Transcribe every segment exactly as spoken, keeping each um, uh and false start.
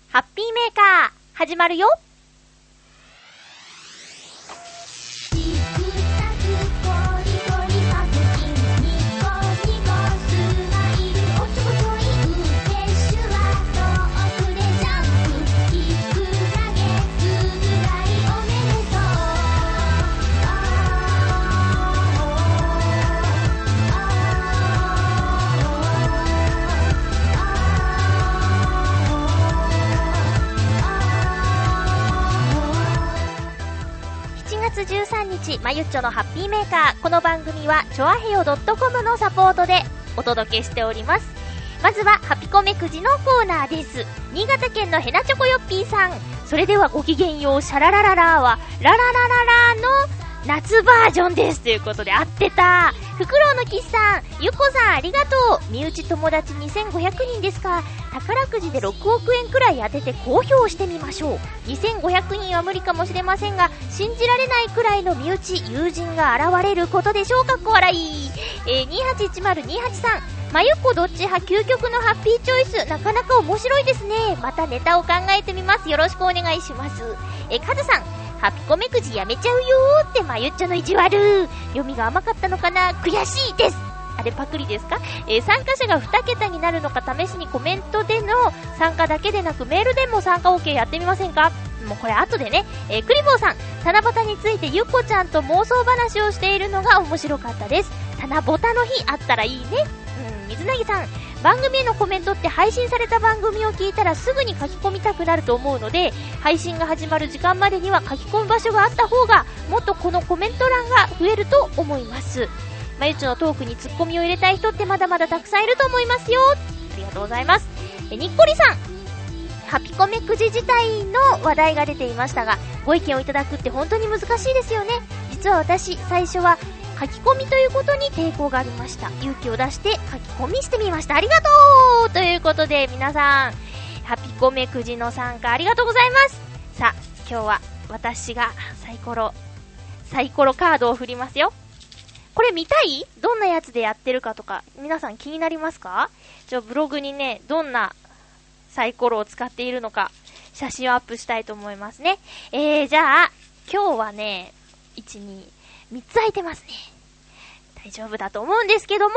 ハッピーメーカー始まるよ。じゅうさんにちまゆっちょのハッピーメーカー。この番組はチョアヘヨ .com のサポートでお届けしております。まずはハピコメくじのコーナーです。新潟県のヘナチョコヨッピーさん、それではごきげんようシャララララはラララララの夏バージョンですということで、合ってた。フクロウのキスさん、ゆこさんありがとう。身内友達にせんごひゃくにんですか。宝くじでろくおくえんくらい当てて公表してみましょう。にせんごひゃくにんは無理かもしれませんが、信じられないくらいの身内友人が現れることでしょうか。小笑い。えー、にはちいちまるにはちさん、まゆっこどっち派究極のハッピーチョイス、なかなか面白いですね。またネタを考えてみます。よろしくお願いします。えー、カズさん、ハピコメくじやめちゃうよーってまゆっちょの意地悪。読みが甘かったのかな。悔しいです。あれパクリですか。えー、参加者がに桁になるのか試しにコメントでの参加だけでなくメールでも参加 OK やってみませんか。もうこれ後でね。えー、クリボーさん、七夕についてゆっこちゃんと妄想話をしているのが面白かったです。七夕の日あったらいいね。うん、水なぎさん、番組へのコメントって配信された番組を聞いたらすぐに書き込みたくなると思うので、配信が始まる時間までには書き込む場所があった方がもっとこのコメント欄が増えると思います。まゆちのトークにツッコミを入れたい人ってまだまだたくさんいると思いますよ。ありがとうございます。えにっこりさん、ハピコメくじ自体の話題が出ていましたが、ご意見をいただくって本当に難しいですよね。実は私最初は書き込みということに抵抗がありました。勇気を出して書き込みしてみました。ありがとうということで、皆さんハピコメくじの参加ありがとうございます。さあ、今日は私がサイコロサイコロカードを振りますよ。これ見たい？どんなやつでやってるかとか皆さん気になりますか？じゃあブログにね、どんなサイコロを使っているのか写真をアップしたいと思いますね。えー、じゃあ今日はね、いち、に、みっつ空いてますね。大丈夫だと思うんですけども、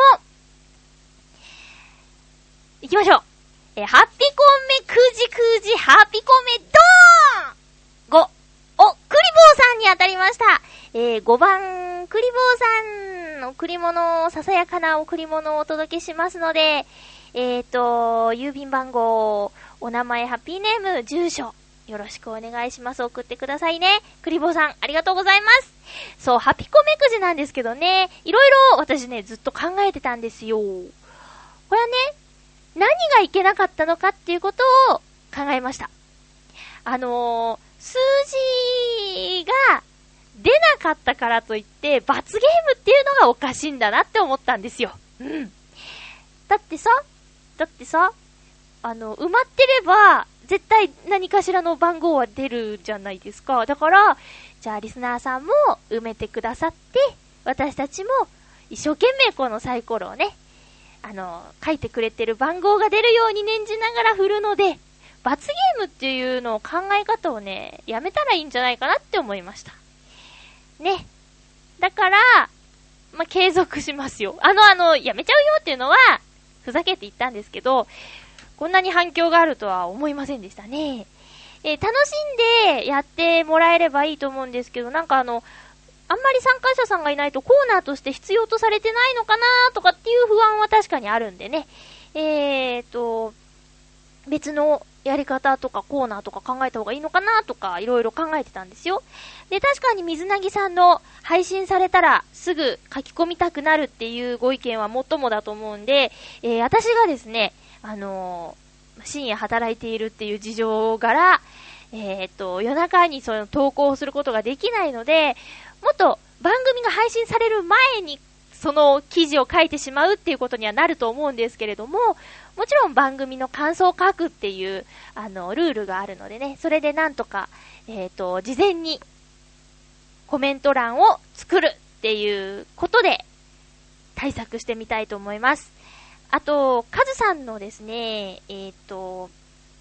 行きましょう。えー、ハピコメくじくじハピコメドーン !ご。お、クリボーさんに当たりました。えー、ごばん、クリボーさんの贈り物、ささやかな贈り物をお届けしますので、えーと、郵便番号、お名前、ハッピーネーム、住所、よろしくお願いします。送ってくださいね。クリボーさん、ありがとうございます。そう、ハピコメくじなんですけどね、いろいろ私ね、ずっと考えてたんですよ。これはね、何がいけなかったのかっていうことを考えました。あのー、数字が出なかったからといって罰ゲームっていうのがおかしいんだなって思ったんですよ。うん。だってさ、だってさ、あの、埋まってれば絶対何かしらの番号は出るじゃないですか。だから、じゃあリスナーさんも埋めてくださって、私たちも一生懸命このサイコロをね、あの、書いてくれてる番号が出るように念じながら振るので、罰ゲームっていうのを考え方をね、やめたらいいんじゃないかなって思いました。ね。だから、まあ、継続しますよ。あの、あの、やめちゃうよっていうのは、ふざけて言ったんですけど、こんなに反響があるとは思いませんでしたね。えー、楽しんでやってもらえればいいと思うんですけど、なんかあの、あんまり参加者さんがいないとコーナーとして必要とされてないのかなとかっていう不安は確かにあるんでね。えーと、別のやり方とかコーナーとか考えた方がいいのかなとかいろいろ考えてたんですよ。で、確かに水なぎさんの配信されたらすぐ書き込みたくなるっていうご意見はもっともだと思うんで、えー、私がですね、あのー、深夜働いているっていう事情から、えーと、夜中にその投稿することができないので、もっと番組が配信される前にその記事を書いてしまうっていうことにはなると思うんですけれども、もちろん番組の感想を書くっていうあのルールがあるのでね、それでなんとか、えーと、事前にコメント欄を作るっていうことで対策してみたいと思います。あと、カズさんのですね、えーと、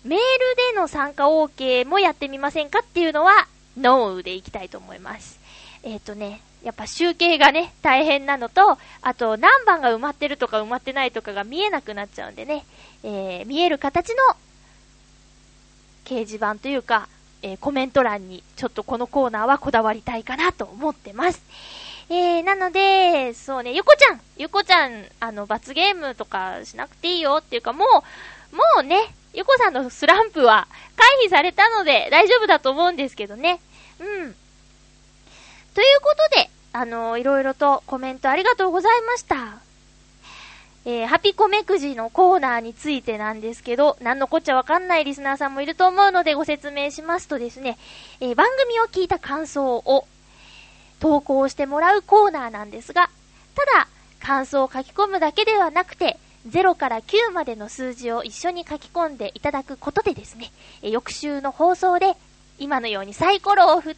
メールでの参加 OK もやってみませんかっていうのは、ノーでいきたいと思います。えっとね、やっぱ集計がね、大変なのと、あと何番が埋まってるとか埋まってないとかが見えなくなっちゃうんでね、えー、見える形の掲示板というか、えー、コメント欄にちょっとこのコーナーはこだわりたいかなと思ってます。えー、なので、そうね、ゆこちゃん、ゆこちゃん、あの、罰ゲームとかしなくていいよっていうか、もう、もうね、ゆこさんのスランプは回避されたので大丈夫だと思うんですけどね。うん。ということで、あのー、いろいろとコメントありがとうございました。えー、ハピコメくじのコーナーについてなんですけど、なんのこっちゃわかんないリスナーさんもいると思うのでご説明しますとですね、えー、番組を聞いた感想を投稿してもらうコーナーなんですが、ただ、感想を書き込むだけではなくて、ゼロからきゅうまでの数字を一緒に書き込んでいただくことでですね、えー、翌週の放送で今のようにサイコロを振って、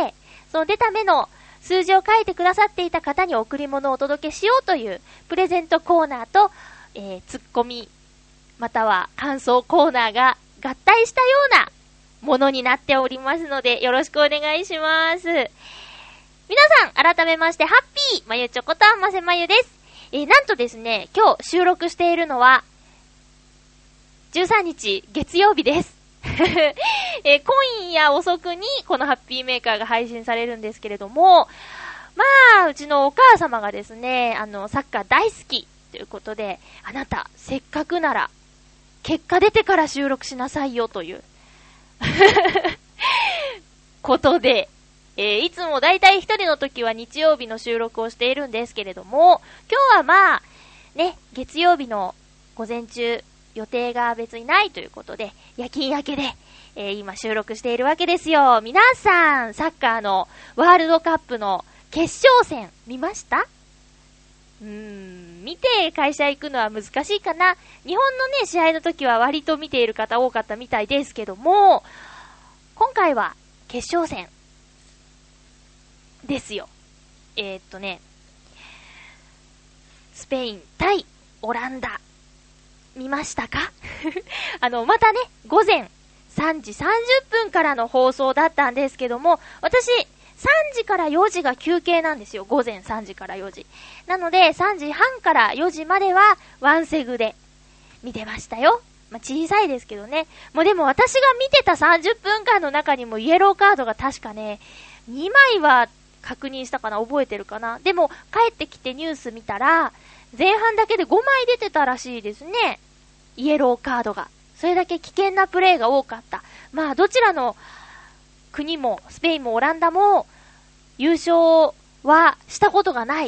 その出た目の数字を書いてくださっていた方に贈り物をお届けしようというプレゼントコーナーと、えー、ツッコミまたは感想コーナーが合体したようなものになっておりますのでよろしくお願いします。皆さん改めましてハッピーまゆちょことあませまゆです。えー、なんとですね、今日収録しているのはじゅうさんにち月曜日です。えー、今夜遅くにこのハッピーメーカーが配信されるんですけれども、まあうちのお母様がですね、あのサッカー大好きということで、あなたせっかくなら結果出てから収録しなさいよということで、えー、いつもだいたい一人の時は日曜日の収録をしているんですけれども、今日はまあね、月曜日の午前中予定が別にないということで、夜勤明けで、えー、今収録しているわけですよ。皆さん、サッカーのワールドカップの決勝戦見ました？うーん、見て会社行くのは難しいかな。日本のね、試合の時は割と見ている方多かったみたいですけども、今回は決勝戦ですよ。えー、っとね、スペイン対オランダ。見ましたか？あの、またね、午前さんじさんじゅっぷんからの放送だったんですけども、私、さんじからよじが休憩なんですよ。午前さんじからよじ。なので、さんじはんからよじまではワンセグで見てましたよ。まあ、小さいですけどね。もうでも私が見てたさんじゅっぷんかんの中にもイエローカードが確かね、にまいは確認したかな、覚えてるかな。でも、帰ってきてニュース見たら、前半だけでごまい出てたらしいですね。イエローカードが。それだけ危険なプレーが多かった。まあどちらの国もスペインもオランダも優勝はしたことがないって。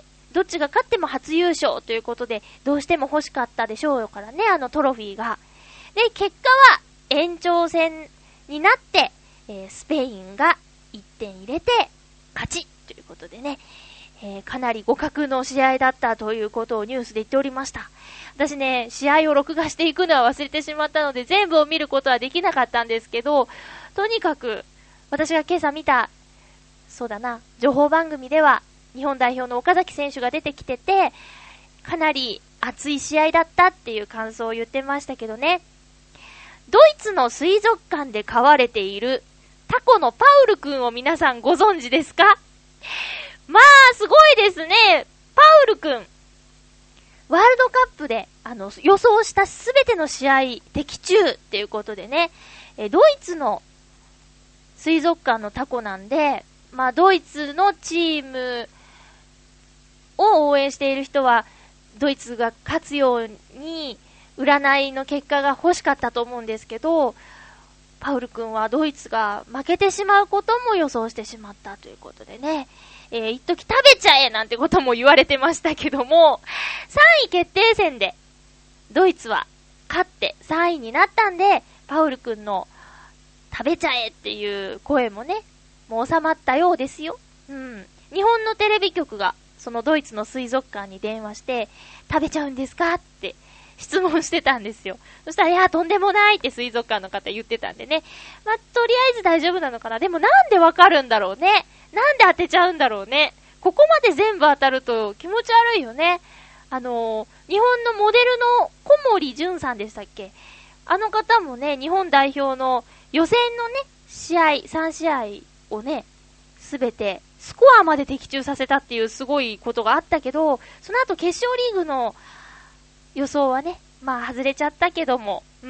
どっちが勝っても初優勝ということでどうしても欲しかったでしょうからね、あのトロフィーが。で、結果は延長戦になって、えー、スペインがいってん入れて勝ちということでね。えー、かなり互角の試合だったということをニュースで言っておりました。私ね、試合を録画していくのは忘れてしまったので全部を見ることはできなかったんですけど、とにかく私が今朝見た、そうだな、情報番組では日本代表の岡崎選手が出てきてて、かなり熱い試合だったっていう感想を言ってましたけどね。ドイツの水族館で飼われているタコのパウルくんを皆さんご存知ですか？まあ、すごいですね。パウルくん。ワールドカップで、あの、予想したすべての試合、的中っていうことでね、え、ドイツの水族館のタコなんで、まあ、ドイツのチームを応援している人は、ドイツが勝つように、占いの結果が欲しかったと思うんですけど、パウルくんはドイツが負けてしまうことも予想してしまったということでね、えー、一時食べちゃえなんてことも言われてましたけども、さんい決定戦でドイツは勝ってさんいになったんで、パウルくんの食べちゃえっていう声もね、もう収まったようですよ。うん。日本のテレビ局がそのドイツの水族館に電話して、食べちゃうんですかって質問してたんですよ。そしたら、いや、とんでもないって水族館の方言ってたんでね。まあ、とりあえず大丈夫なのかな。でもなんでわかるんだろうね。なんで当てちゃうんだろうね。ここまで全部当たると気持ち悪いよね。あのー、日本のモデルの小森純さんでしたっけ？ あの方もね、日本代表の予選のね、試合、さん試合をね、すべてスコアまで的中させたっていうすごいことがあったけど、その後決勝リーグの予想はね、まあ外れちゃったけども、うん。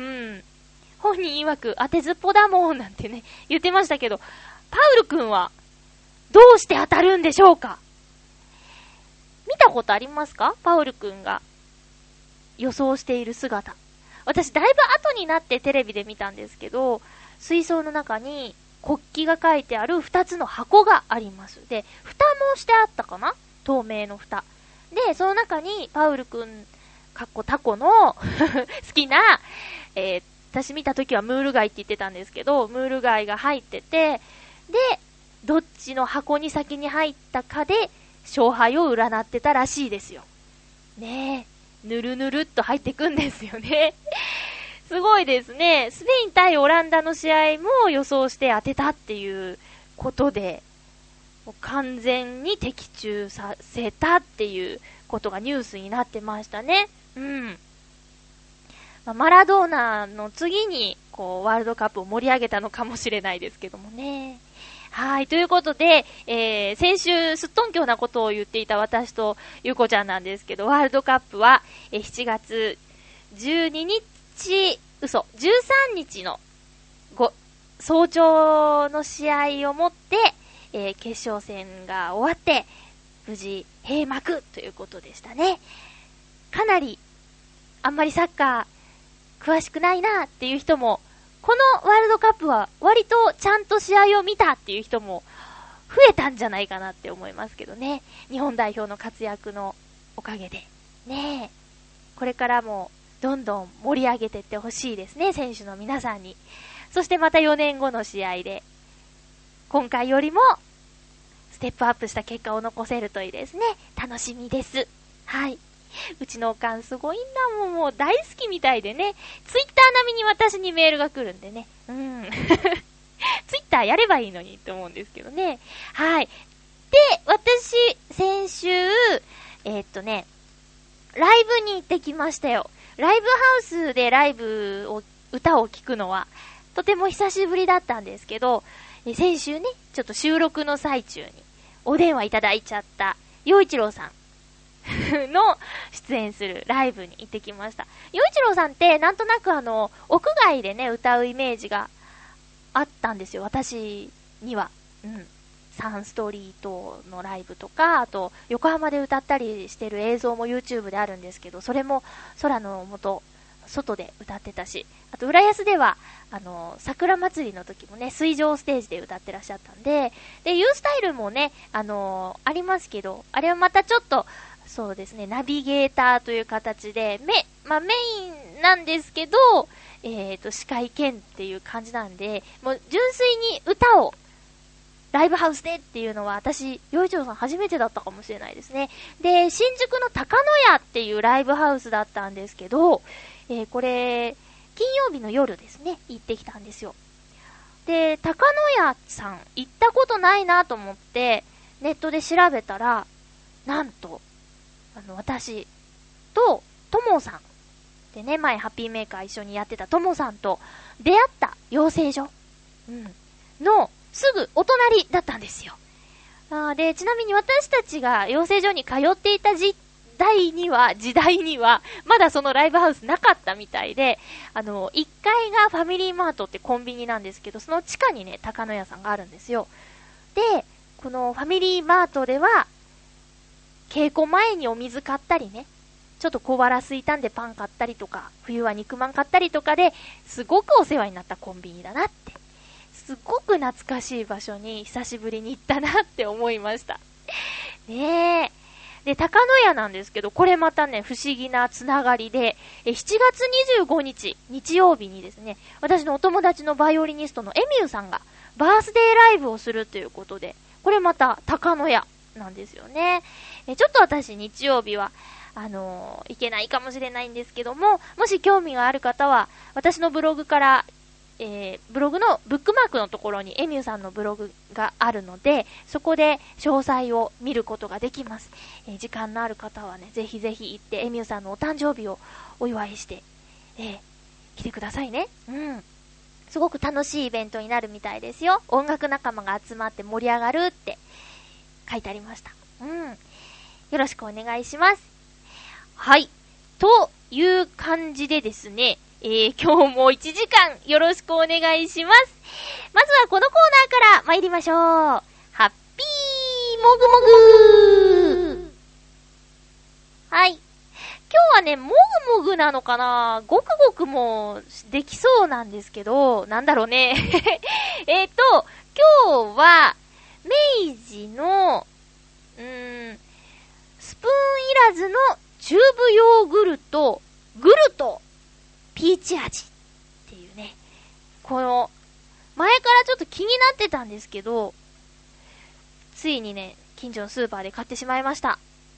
本人曰く当てずっぽだもんなんてね、言ってましたけど、パウル君はどうして当たるんでしょうか？見たことありますか？パウル君が予想している姿。私だいぶ後になってテレビで見たんですけど、水槽の中に国旗が書いてある二つの箱があります。で、蓋もしてあったかな？透明の蓋。で、その中にパウルくん、かっこタコの好きな、えー、私見た時はムール貝って言ってたんですけど、ムール貝が入ってて、で、どっちの箱に先に入ったかで勝敗を占ってたらしいですよ。ねえ、ぬるぬるっと入ってくんですよね。すごいですね。スペイン対オランダの試合も予想して当てたっていうことで、もう完全に的中させたっていうことがニュースになってましたね。うん。まあ、マラドーナの次にこうワールドカップを盛り上げたのかもしれないですけどもね。はい。ということで、えー、先週すっとんきょうなことを言っていた私とゆうこちゃんなんですけど、ワールドカップは、えー、しちがつじゅうににち、嘘、じゅうさんにちのご早朝の試合をもって、えー、決勝戦が終わって、無事閉幕ということでしたね。かなり、あんまりサッカー詳しくないなっていう人も、このワールドカップは割とちゃんと試合を見たっていう人も増えたんじゃないかなって思いますけどね。日本代表の活躍のおかげで。ねえ。これからもどんどん盛り上げていってほしいですね、選手の皆さんに。そしてまたよねんごの試合で、今回よりもステップアップした結果を残せるといいですね。楽しみです。はい。うちのおかんすごいんだもん、もう大好きみたいでね。ツイッター並みに私にメールが来るんでね。うん。ツイッターやればいいのにって思うんですけどね。はい。で、私、先週、えー、っとね、ライブに行ってきましたよ。ライブハウスでライブを、歌を聴くのは、とても久しぶりだったんですけど、え先週ね、ちょっと収録の最中に、お電話いただいちゃった、陽一郎さん。の出演するライブに行ってきました。陽一郎さんってなんとなくあの屋外でね歌うイメージがあったんですよ、私には。うん。サンストリートのライブとか、あと横浜で歌ったりしてる映像も YouTube であるんですけど、それも空の下外で歌ってたし、あと浦安ではあの桜祭りの時もね水上ステージで歌ってらっしゃったんで、で U スタイルもねあのありますけど、あれはまたちょっとそうですね、ナビゲーターという形で、め、まあ、メインなんですけど、えっと、司会兼っていう感じなんで、もう純粋に歌をライブハウスでっていうのは私、陽一郎さん初めてだったかもしれないですね。で、新宿の高野屋っていうライブハウスだったんですけど、えー、これ、金曜日の夜ですね、行ってきたんですよ。で、高野屋さん行ったことないなと思って、ネットで調べたら、なんと、あの、私と、ともさん。でね、前ハッピーメーカー一緒にやってたともさんと出会った養成所。うん。の、すぐお隣だったんですよ。あで、ちなみに私たちが養成所に通っていた時代には、時代には、まだそのライブハウスなかったみたいで、あの、いっかいがファミリーマートってコンビニなんですけど、その地下にね、高野屋さんがあるんですよ。で、このファミリーマートでは、稽古前にお水買ったりね、ちょっと小腹空いたんでパン買ったりとか、冬は肉まん買ったりとかで、すごくお世話になったコンビニだなって。すごく懐かしい場所に久しぶりに行ったなって思いました。ねえ。で、高野屋なんですけど、これまたね、不思議なつながりで、えしちがつにじゅうごにち、日曜日にですね、私のお友達のバイオリニストのエミューさんが、バースデーライブをするということで、これまた高野屋なんですよね。えちょっと私日曜日はあのー、行けないかもしれないんですけども、もし興味がある方は私のブログから、えー、ブログのブックマークのところにエミューさんのブログがあるので、そこで詳細を見ることができます。えー、時間のある方はね、ぜひぜひ行ってエミューさんのお誕生日をお祝いして、えー、 来てくださいね。うん。すごく楽しいイベントになるみたいですよ。音楽仲間が集まって盛り上がるって書いてありました。うん。よろしくお願いします。はい。という感じでですね、えー、今日もいちじかんよろしくお願いします。まずはこのコーナーから参りましょう。ハッピーもぐもぐ。はい。今日はね、もぐもぐなのかな、ごくごくもできそうなんですけど、なんだろうね。えっと、今日は、明治の、うーん、スプーンいらずのチューブヨーグルト、グルト、ピーチ味っていうね、この、前からちょっと気になってたんですけど、ついにね、近所のスーパーで買ってしまいました。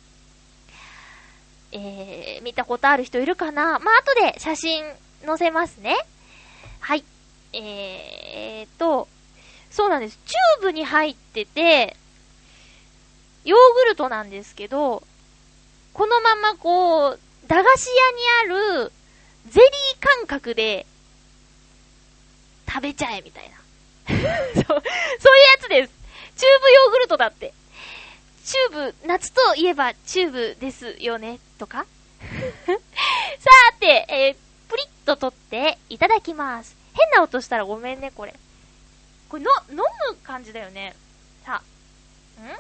えー、見たことある人いるかな？まあ、後で写真載せますね。はい。えーと、そうなんです。チューブに入ってて、ヨーグルトなんですけど、このままこう、駄菓子屋にあるゼリー感覚で食べちゃえみたいな。そう、そういうやつです。チューブヨーグルトだって。チューブ、夏といえばチューブですよね、とかさて、えー、プリッと取っていただきます。変な音したらごめんね、これ。これの、飲む感じだよね。さあ、ん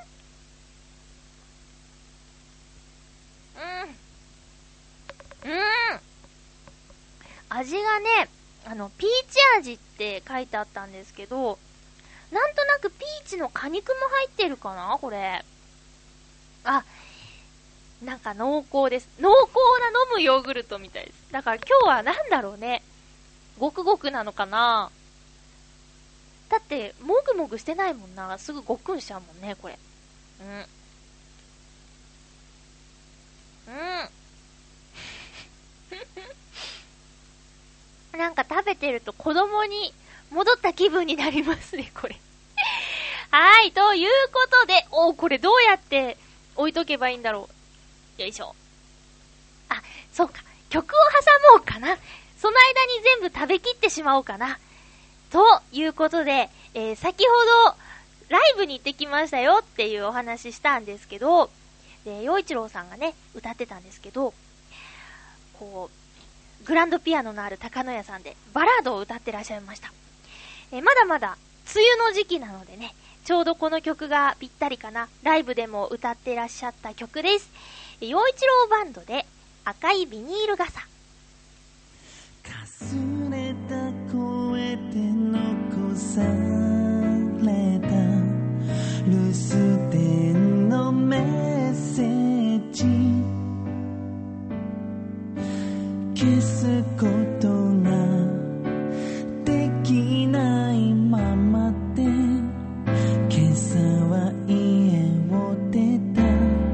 うん。うん。味がね、あの、ピーチ味って書いてあったんですけど、なんとなくピーチの果肉も入ってるかなこれ。あ、なんか濃厚です。濃厚な飲むヨーグルトみたいです。だから今日はなんだろうね。ごくごくなのかな。だって、もぐもぐしてないもんな。すぐごくんしちゃうもんね、これ。うん。うん。なんか食べてると子供に戻った気分になりますね、これ。はい、ということで、おー、これどうやって置いとけばいいんだろう。よいしょ。あ、そうか。曲を挟もうかな。その間に全部食べきってしまおうかな。ということで、えー、先ほどライブに行ってきましたよっていうお話したんですけど、で、陽一郎さんがね、歌ってたんですけど、こう、グランドピアノのある高野屋さんでバラードを歌ってらっしゃいました。えー、まだまだ梅雨の時期なのでね、ちょうどこの曲がぴったりかな。ライブでも歌ってらっしゃった曲です。陽一郎バンドで赤いビニール傘。かすれた声で残された留守電のメッセージ、消すことができないままで今朝は家を出た。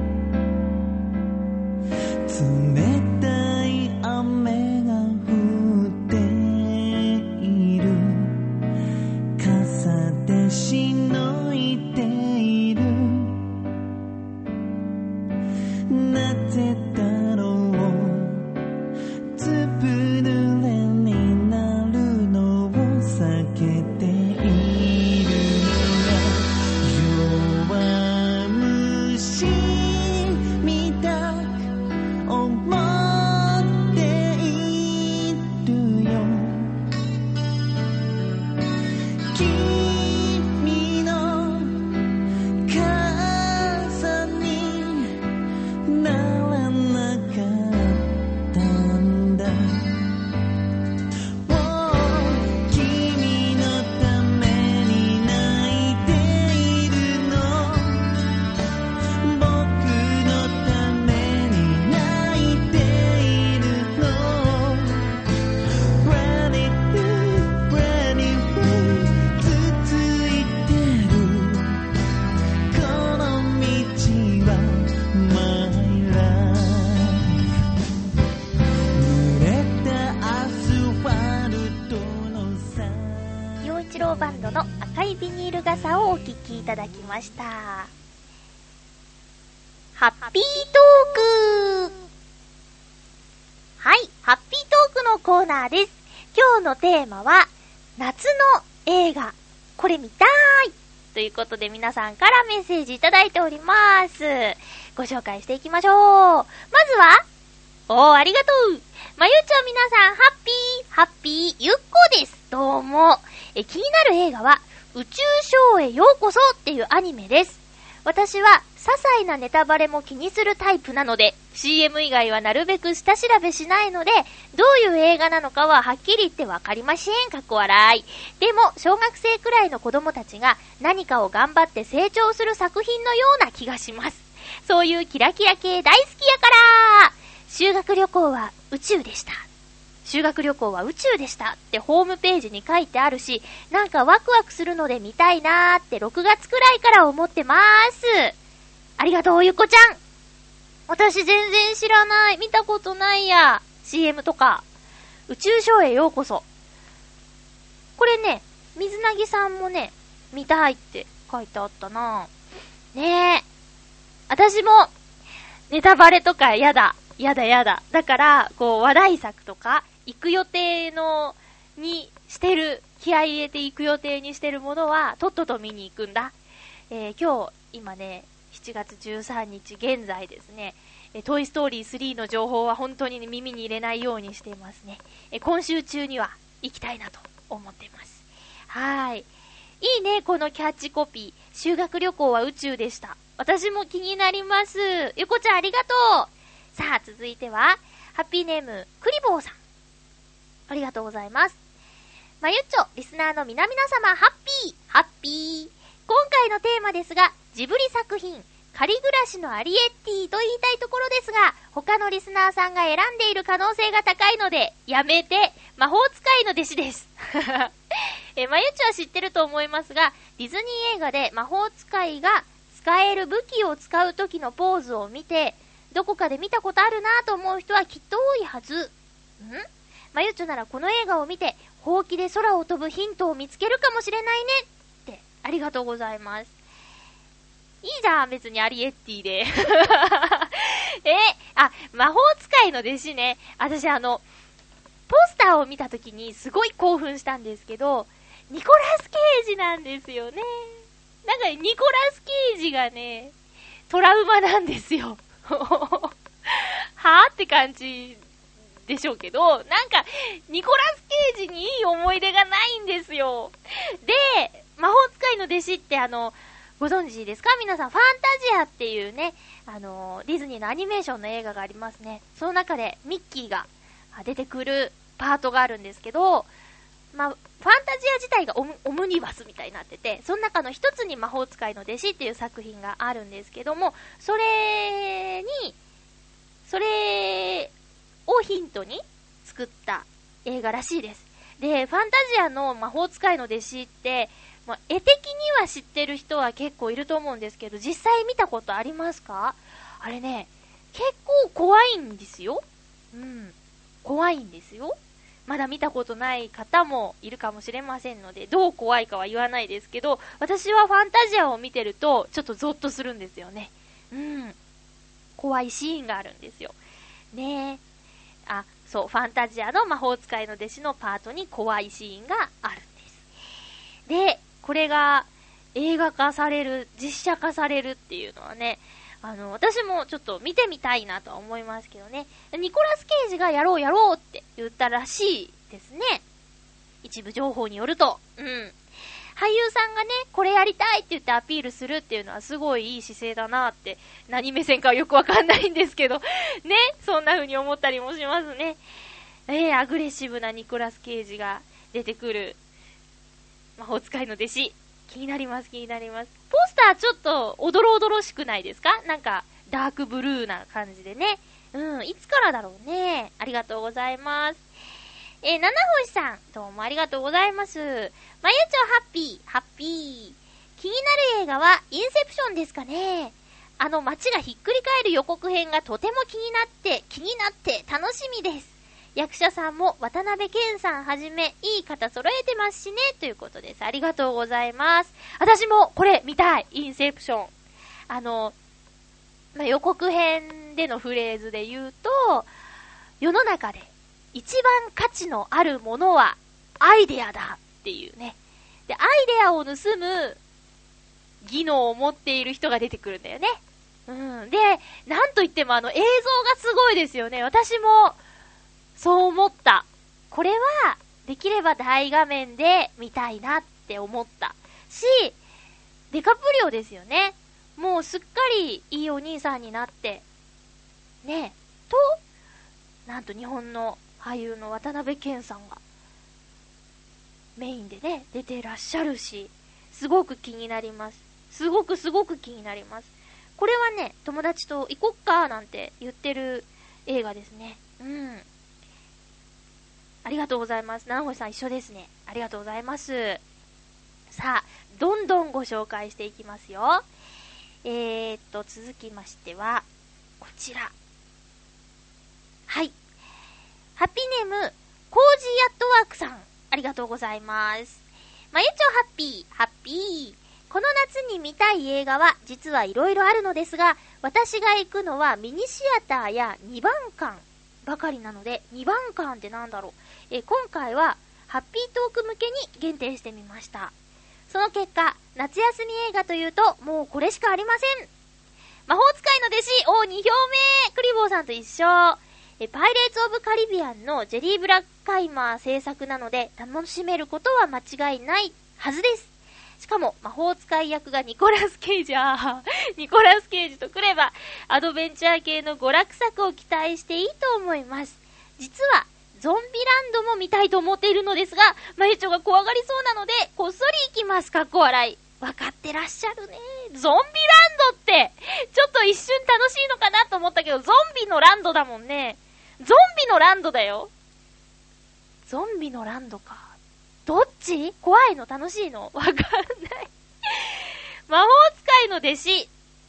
冷たい雨が降っている。傘でしのいている。なぜだろう。ずぶ濡れになるのを避けているのが弱虫みたく思っているよ。君の傘にならなかったんだ。君のために泣いているの。僕のために泣いているの。 Running away, running away 続いてるこの道は My life。 濡れたアスファルトのさ。陽一郎バンドの赤いビニール傘をお聴きいただきました。ハッピートーク。はい、ハッピートークのコーナーです。 今日のテーマは、夏の映画、これ見たーいということで皆さんからメッセージいただいております。ご紹介していきましょう。まずは、おー、ありがとう。まゆちょ皆さん、ハッピー、ハッピー、ゆっこです。どうも。え、気になる映画は、宇宙ショーへようこそっていうアニメです。私は、些細なネタバレも気にするタイプなので、シーエム 以外はなるべく下調べしないので、どういう映画なのかははっきり言ってわかりません。かっこ笑い。でも、小学生くらいの子供たちが何かを頑張って成長する作品のような気がします。そういうキラキラ系大好きやから修学旅行は宇宙でした。修学旅行は宇宙でしたってホームページに書いてあるし、なんかワクワクするので見たいなーってろくがつくらいから思ってまーす。ありがとう、ゆっこちゃん。私全然知らない。見たことないや。シーエム とか。宇宙ショーへようこそ。これね、水なぎさんもね、見たいって書いてあったな。ねえ。私も、ネタバレとかやだ。やだやだ。だから、こう、話題作とか、行く予定の、にしてる、気合い入れて行く予定にしてるものは、とっとと見に行くんだ。えー、今日、今ね、しちがつじゅうさんにち現在ですね、えトイストーリースリーの情報は本当に耳に入れないようにしていますね。え今週中には行きたいなと思っています。はーい。いいね、このキャッチコピー。修学旅行は宇宙でした。私も気になります。ゆこちゃんありがとう。さあ、続いては、ハッピーネーム、クリボーさん。ありがとうございます。まゆっちょ、リスナーの皆々様、ハッピー、ハッピー。今回のテーマですが、ジブリ作品、仮暮らしのアリエッティと言いたいところですが、他のリスナーさんが選んでいる可能性が高いので、やめて、魔法使いの弟子です。え、まゆっちょは知ってると思いますが、ディズニー映画で魔法使いが使える武器を使う時のポーズを見て、どこかで見たことあるなと思う人はきっと多いはず。ん？まゆっちょならこの映画を見て、ほうきで空を飛ぶヒントを見つけるかもしれないねって、ありがとうございます。いいじゃん、別にアリエッティで。え、あ、魔法使いの弟子ね。私あの、ポスターを見たときにすごい興奮したんですけど、ニコラス・ケイジなんですよね。なんかニコラス・ケイジがね、トラウマなんですよ。はぁって感じでしょうけど、なんか、ニコラス・ケイジにいい思い出がないんですよ。で、魔法使いの弟子ってあの、ご存知ですか皆さん、ファンタジアっていうね、あのー、ディズニーのアニメーションの映画がありますね。その中でミッキーが出てくるパートがあるんですけど、まあ、ファンタジア自体がオム、オムニバスみたいになってて、その中の一つに魔法使いの弟子っていう作品があるんですけども、それに、それをヒントに作った映画らしいです。で、ファンタジアの魔法使いの弟子って、まあ、絵的には知ってる人は結構いると思うんですけど、実際見たことありますか？あれね、結構怖いんですよ。うん。怖いんですよ。まだ見たことない方もいるかもしれませんので、どう怖いかは言わないですけど、私はファンタジアを見てると、ちょっとゾッとするんですよね。うん。怖いシーンがあるんですよ。ねえ。あ、そう、ファンタジアの魔法使いの弟子のパートに怖いシーンがあるんです。で、これが映画化される、実写化されるっていうのはね、あの、私もちょっと見てみたいなとは思いますけどね。ニコラス・ケイジがやろうやろうって言ったらしいですね。一部情報によると。うん。俳優さんがね、これやりたいって言ってアピールするっていうのはすごいいい姿勢だなって、何目線かはよくわかんないんですけど、ね、そんな風に思ったりもしますね。えー、アグレッシブなニコラス・ケイジが出てくる魔法使いの弟子。気になります、気になります。ポスターちょっとおどろおどろしくないですか？なんか、ダークブルーな感じでね。うん、いつからだろうね。ありがとうございます。えー、七星さん、どうもありがとうございます。まゆちょハッピー、ハッピー。気になる映画は、インセプションですかね。あの街がひっくり返る予告編がとても気になって、気になって楽しみです。役者さんも渡辺謙さんはじめいい方揃えてますしね、ということです。ありがとうございます。私もこれ見たい。インセプション。あの、まあ、予告編でのフレーズで言うと、世の中で一番価値のあるものはアイデアだっていうね。で、アイデアを盗む技能を持っている人が出てくるんだよね。うん。で、なんといってもあの映像がすごいですよね。私もそう思った。これはできれば大画面で見たいなって思ったし、デカプリオですよね。もうすっかりいいお兄さんになってね、となんと日本の俳優の渡辺謙さんがメインでね出てらっしゃるし、すごく気になります。すごくすごく気になります。これはね、友達と行こっかなんて言ってる映画ですね。うん。ありがとうございます。七星さん一緒ですね。ありがとうございます。さあ、どんどんご紹介していきますよ。えーっと、続きましては、こちら。はい。ハッピーネーム、コージーアットワークさん。ありがとうございます。まゆちょハッピー、ハッピー。この夏に見たい映画は実はいろいろあるのですが、私が行くのはミニシアターやにばん館ばかりなので、にばん館ってなんだろう。え今回はハッピートーク向けに限定してみました。その結果、夏休み映画というともうこれしかありません。魔法使いの弟子をにひょうめ、クリボーさんと一緒。えパイレーツ・オブ・カリビアンのジェリー・ブラッカイマー制作なので楽しめることは間違いないはずです。しかも魔法使い役がニコラス・ケイジ、あーニコラス・ケイジとくればアドベンチャー系の娯楽作を期待していいと思います。実はゾンビランドも見たいと思っているのですが、まゆちょが怖がりそうなのでこっそり行きます。かっこ笑い。わかってらっしゃるね。ゾンビランドってちょっと一瞬楽しいのかなと思ったけど、ゾンビのランドだもんね。ゾンビのランドだよ。ゾンビのランドか。どっち？怖いの？楽しいの？わかんない魔法使いの弟子、ジ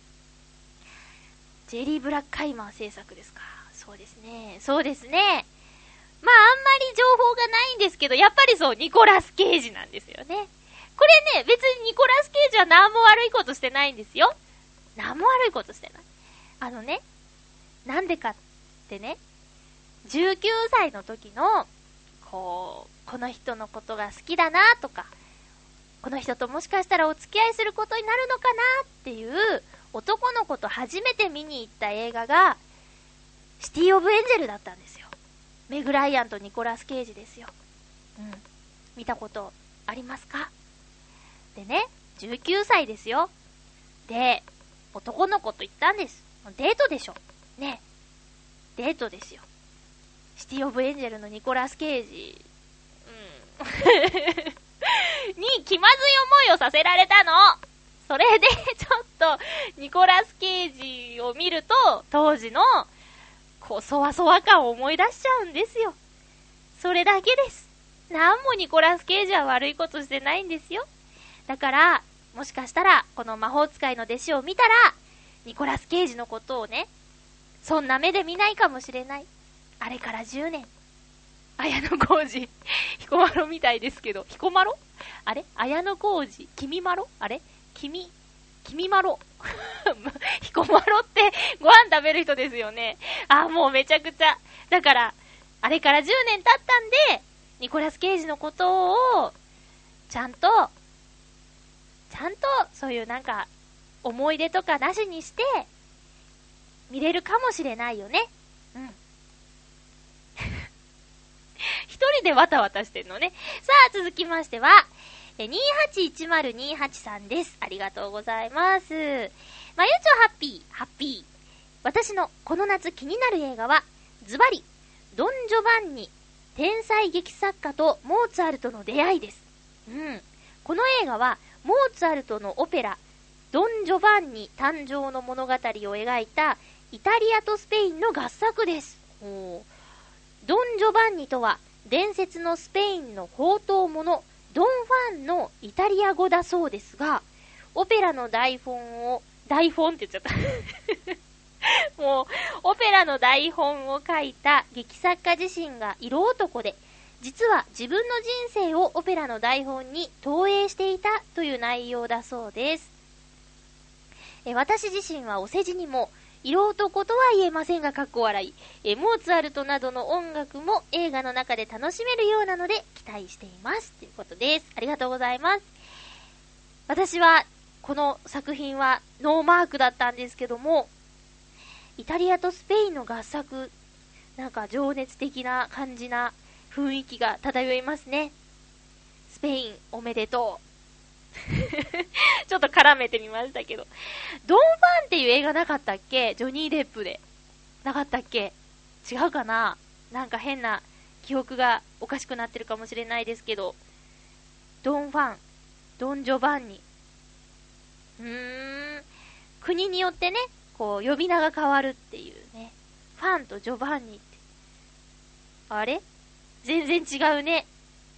ェリー・ブラッカイマー制作ですか。そうですね、そうですね。まああんまり情報がないんですけど、やっぱりそう、ニコラス・ケイジなんですよね。これね、別にニコラス・ケイジは何も悪いことしてないんですよ。何も悪いことしてない。あのね、なんでかってね、じゅうきゅうさいの時のこうこの人のことが好きだなとか、この人ともしかしたらお付き合いすることになるのかなっていう男の子と初めて見に行った映画がシティ・オブ・エンジェルだったんですよ。メグ・ライアンとニコラス・ケイジですよ。うん、見たことありますか？でね、じゅうきゅうさいですよ。で、男の子と行ったんです。デートでしょね、デートですよ。シティ・オブ・エンジェルのニコラス・ケイジ、うんに気まずい思いをさせられたの。それでちょっとニコラス・ケイジを見ると当時のこうそわそわ感を思い出しちゃうんですよ。それだけです。なんもニコラス・ケイジは悪いことしてないんですよ。だからもしかしたらこの魔法使いの弟子を見たらニコラス・ケイジのことをね、そんな目で見ないかもしれない。あれからじゅうねん。綾野浩二、彦摩呂みたいですけど、彦摩呂？あれ？綾野浩二、君まろ？あれ？君、君まろ。彦摩呂ってご飯食べる人ですよね。あ、もうめちゃくちゃ。だから、あれからじゅうねん経ったんで、ニコラス・ケイジのことを、ちゃんと、ちゃんと、そういうなんか、思い出とかなしにして、見れるかもしれないよね。うん。一人でわたわたしてんのね。さあ、続きましては、にーはちいちまるにーはちさんです。ありがとうございます。まゆちょハッピー、ハッピー。私のこの夏気になる映画は、ズバリ、ドン・ジョバンニ、天才劇作家とモーツァルトの出会いです。うん。この映画は、モーツァルトのオペラ、ドン・ジョバンニ誕生の物語を描いた、イタリアとスペインの合作です。おー。ドン・ジョバンニとは伝説のスペインの宝刀者ドン・ファンのイタリア語だそうですが、オペラの台本を台本って言っちゃったもうオペラの台本を書いた劇作家自身が色男で、実は自分の人生をオペラの台本に投影していたという内容だそうです。え私自身はお世辞にも色男とは言えませんが、かっこ笑い。え、モーツァルトなどの音楽も映画の中で楽しめるようなので期待しています。ということです。ありがとうございます。私は、この作品はノーマークだったんですけども、イタリアとスペインの合作、なんか情熱的な感じな雰囲気が漂いますね。スペインおめでとう。ちょっと絡めてみましたけど、ドン・ファンっていう映画なかったっけ？ジョニー・デップでなかったっけ？違うかな？なんか変な記憶がおかしくなってるかもしれないですけど、ドン・ファン、ドン・ジョバンニ、うーん、国によってね、こう呼び名が変わるっていうね。ファンとジョバンニって、あれ？全然違うね。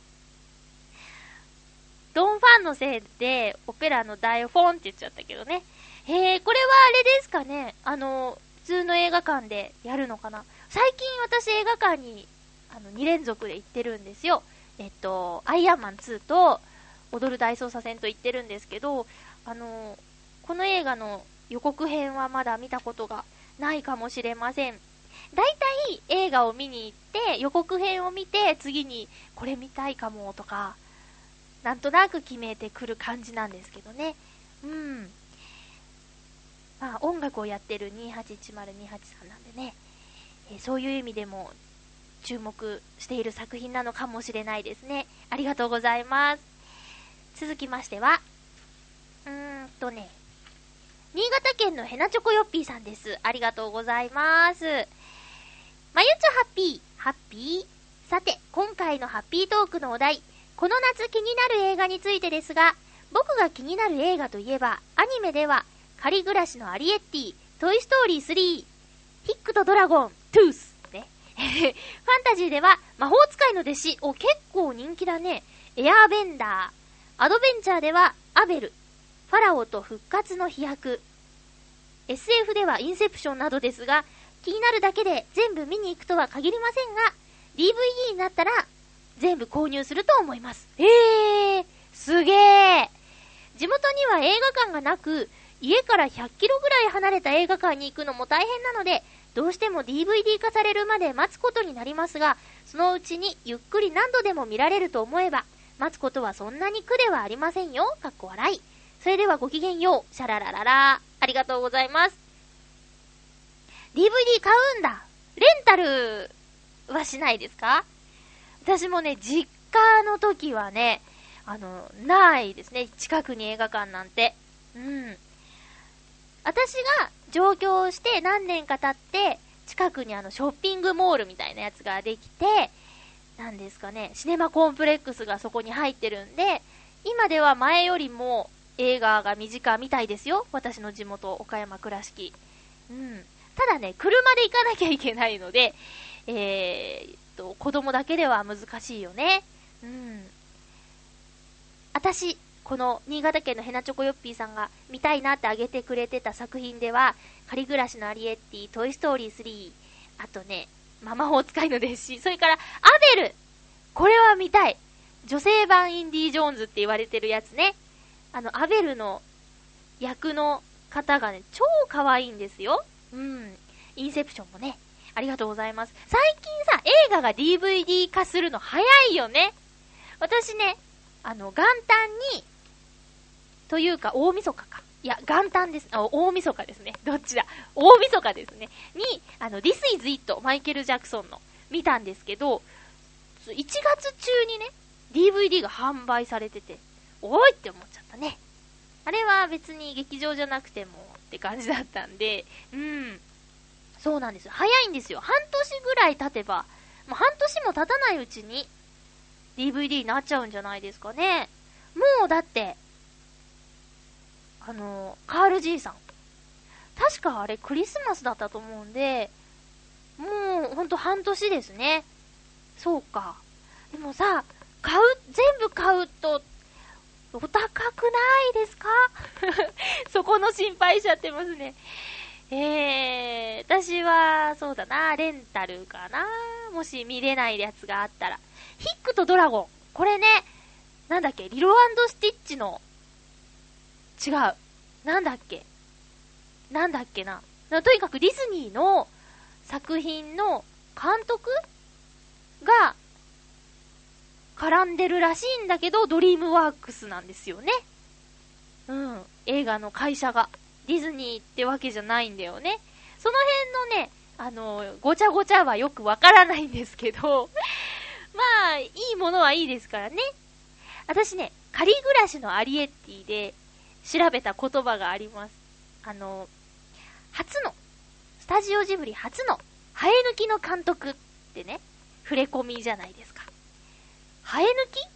ドンファンのせいでオペラの大フォンって言っちゃったけどね。へえ、これはあれですかね、あの普通の映画館でやるのかな。最近私映画館にあのに連続で行ってるんですよ。えっとアイアンマンツーと踊る大捜査線と行ってるんですけど、あのこの映画の予告編はまだ見たことがないかもしれません。だいたい映画を見に行って予告編を見て、次にこれ見たいかもとかなんとなく決めてくる感じなんですけどね。うん。まあ音楽をやってるにはちいちまるにはちさんなんでね、えー、そういう意味でも注目している作品なのかもしれないですね。ありがとうございます。続きましては、うーんとね、新潟県のヘナチョコヨッピーさんです。ありがとうございます。まゆちょハッピー、ハッピー。さて、今回のハッピートークのお題、この夏気になる映画についてですが、僕が気になる映画といえば、アニメでは、仮暮らしのアリエッティ、トイストーリースリー、ヒックとドラゴン、トゥース、ね。ファンタジーでは、魔法使いの弟子、お、結構人気だね。エアーベンダー。アドベンチャーでは、アベル、ファラオと復活の飛躍。エスエフ ではインセプションなどですが、気になるだけで全部見に行くとは限りませんが、ディーブイディー になったら、全部購入すると思います。えー、すげー。地元には映画館がなく、家からひゃっキロぐらい離れた映画館に行くのも大変なので、どうしても ディーブイディー 化されるまで待つことになりますが、そのうちにゆっくり何度でも見られると思えば、待つことはそんなに苦ではありませんよ。かっこ笑い。それではごきげんよう。シャララララ。ありがとうございます。ディーブイディー 買うんだ。レンタルはしないですか？私もね、実家の時はね、あの、ないですね。近くに映画館なんて。うん。私が上京して何年か経って、近くにあの、ショッピングモールみたいなやつができて、なんですかね、シネマコンプレックスがそこに入ってるんで、今では前よりも映画が短いみたいですよ。私の地元、岡山倉敷。うん。ただね、車で行かなきゃいけないので、えー、と子供だけでは難しいよね。うん。私、この新潟県のヘナチョコヨッピーさんが見たいなってあげてくれてた作品では、仮暮らしのアリエッティ、トイストーリースリー、あとね、魔法使いの弟子、それからアベル、これは見たい。女性版インディ・ジョーンズって言われてるやつね。あのアベルの役の方がね、超可愛いんですよ。うん。インセプションもね、ありがとうございます。最近さ、映画が ディーブイディー 化するの早いよね。私ね、あの、元旦に、というか大晦日か。いや、元旦です。あ、大晦日ですね。どっちだ。大晦日ですね。に、あの、This is It、マイケル・ジャクソンの、見たんですけど、いちがつ中にね、ディーブイディー が販売されてて、おーいって思っちゃったね。あれは別に劇場じゃなくてもって感じだったんで、うん。そうなんですよ。早いんですよ。半年ぐらい経てば、もう半年も経たないうちに ディーブイディー になっちゃうんじゃないですかね。もうだって、あの、カール爺さん。確かあれクリスマスだったと思うんで、もうほんと半年ですね。そうか。でもさ、買う、全部買うと、お高くないですか？そこの心配しちゃってますね。えー、私は、そうだな、レンタルかな。もし見れないやつがあったら。ヒックとドラゴン。これね、なんだっけ、リロ&スティッチの、違う。なんだっけ。なんだっけな。 とにかくディズニーの作品の監督が絡んでるらしいんだけど、ドリームワークスなんですよね。うん。映画の会社が。ディズニーってわけじゃないんだよね。その辺のね、あの、ごちゃごちゃはよくわからないんですけど、まあ、いいものはいいですからね。私ね、仮暮らしのアリエッティで調べた言葉があります。あの、初の、スタジオジブリ初の生え抜きの監督ってね、触れ込みじゃないですか。生え抜きって、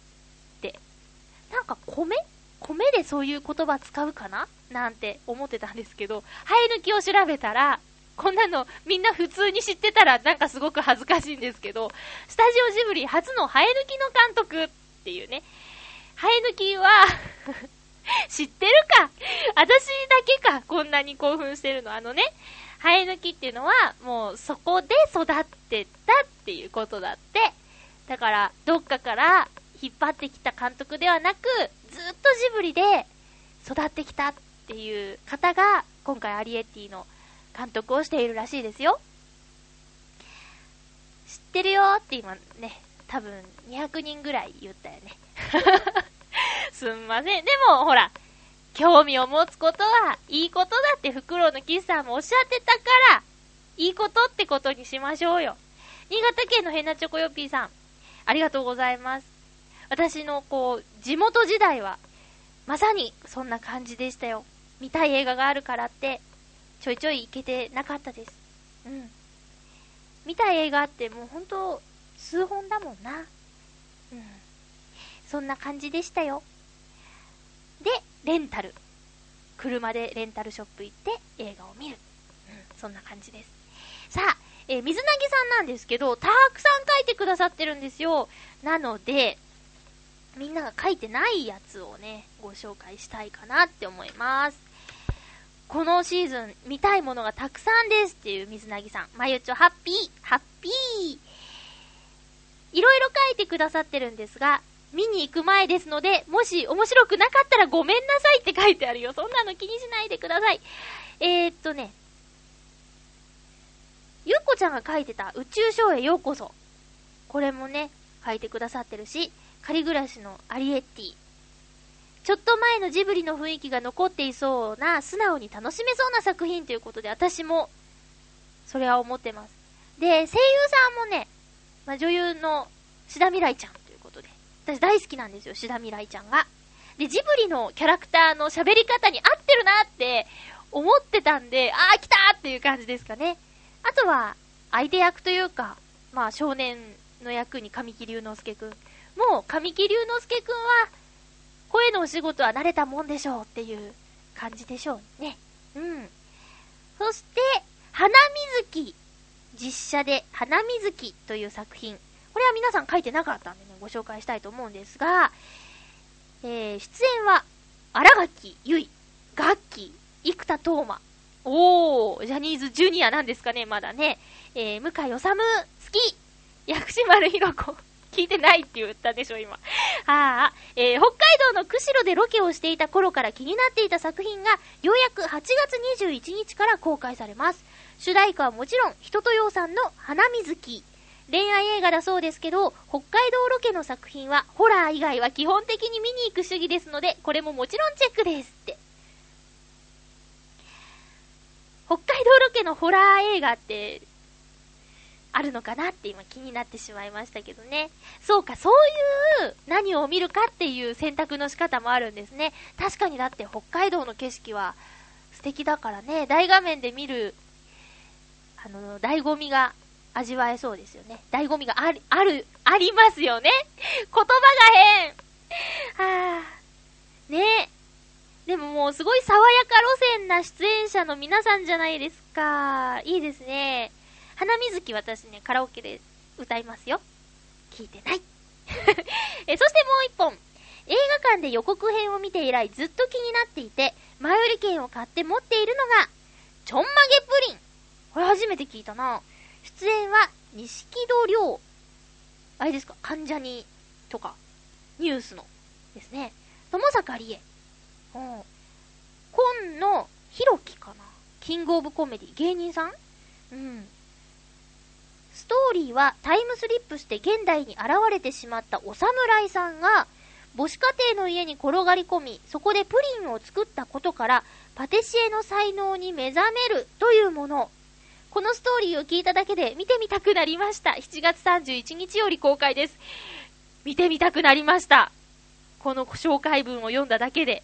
なんか米米でそういう言葉使うかななんて思ってたんですけど、生え抜きを調べたら、こんなのみんな普通に知ってたらなんかすごく恥ずかしいんですけど、スタジオジブリ初の生え抜きの監督っていうね、生え抜きは知ってるか私だけかこんなに興奮してるの。あのね、生え抜きっていうのはもうそこで育ってったっていうことだって。だからどっかから引っ張ってきた監督ではなく、ずっとジブリで育ってきたっていう方が今回アリエッティの監督をしているらしいですよ。知ってるよって今ね、多分にひゃくにんぐらい言ったよね。すんません。でもほら、興味を持つことはいいことだってフクロウのキスさんもおっしゃってたから、いいことってことにしましょうよ。新潟県のヘナチョコヨッピーさん、ありがとうございます。私のこう地元時代はまさにそんな感じでしたよ。見たい映画があるからってちょいちょい行けてなかったです。うん。見たい映画ってもうほんと数本だもんな。うん。そんな感じでしたよ。で、レンタル。車でレンタルショップ行って映画を見る。うん、そんな感じです。さあ、えー、水なぎさんなんですけど、たくさん書いてくださってるんですよ。なので、みんなが書いてないやつをね、ご紹介したいかなって思います。このシーズン見たいものがたくさんですっていう水なぎさん。まゆちょハッピー、ハッピー。いろいろ書いてくださってるんですが、見に行く前ですので、もし面白くなかったらごめんなさいって書いてあるよ。そんなの気にしないでください。えーっとね、ゆっこちゃんが書いてた宇宙ショーへようこそ。これもね、書いてくださってるし、仮暮らしのアリエッティ。ちょっと前のジブリの雰囲気が残っていそうな、素直に楽しめそうな作品ということで、私も、それは思ってます。で、声優さんもね、まあ、女優の志田未来ちゃんということで、私大好きなんですよ、志田未来ちゃんが。で、ジブリのキャラクターの喋り方に合ってるなって思ってたんで、あー来たーっていう感じですかね。あとは、相手役というか、まあ少年の役に神木隆之介くん。もう神木隆之介くんは、声のお仕事は慣れたもんでしょうっていう感じでしょうね。うん。そして、花水木。実写で花水木という作品。これは皆さん書いてなかったんでね、ご紹介したいと思うんですが、えー、出演は、荒垣結衣、ガッキー、生田斗真。おー、ジャニーズジュニアなんですかね、まだね。えー、向井理、好き、薬師丸ひろ子。聞いてないって言ったでしょ、今。あー、えー、北海道の釧路でロケをしていた頃から気になっていた作品が、ようやくはちがつにじゅういちにちから公開されます。主題歌はもちろん、人とようさんの花水木。恋愛映画だそうですけど、北海道ロケの作品は、ホラー以外は基本的に見に行く主義ですので、これももちろんチェックですって。北海道ロケのホラー映画って、あるのかなって今気になってしまいましたけどね。そうか、そういう何を見るかっていう選択の仕方もあるんですね。確かにだって北海道の景色は素敵だからね、大画面で見る、あの、醍醐味が味わえそうですよね。醍醐味がある、ある、ありますよね。言葉が変。はぁ。ね。でももうすごい爽やか路線な出演者の皆さんじゃないですか。いいですね。花水木私ね、カラオケで歌いますよ。聞いてない。えそしてもう一本。映画館で予告編を見て以来ずっと気になっていて、前売り券を買って持っているのが、ちょんまげプリン。これ初めて聞いたな。出演は、錦戸亮。あれですか、関ジャニとか、ニュースのですね。友坂理恵。うん。今野ひろきかな。 キングオブコメディ、芸人さん。うん。ストーリーはタイムスリップして現代に現れてしまったお侍さんが母子家庭の家に転がり込み、そこでプリンを作ったことからパティシエの才能に目覚めるというもの。このストーリーを聞いただけで見てみたくなりました。しちがつさんじゅういちにちより公開です。見てみたくなりました。この紹介文を読んだだけで。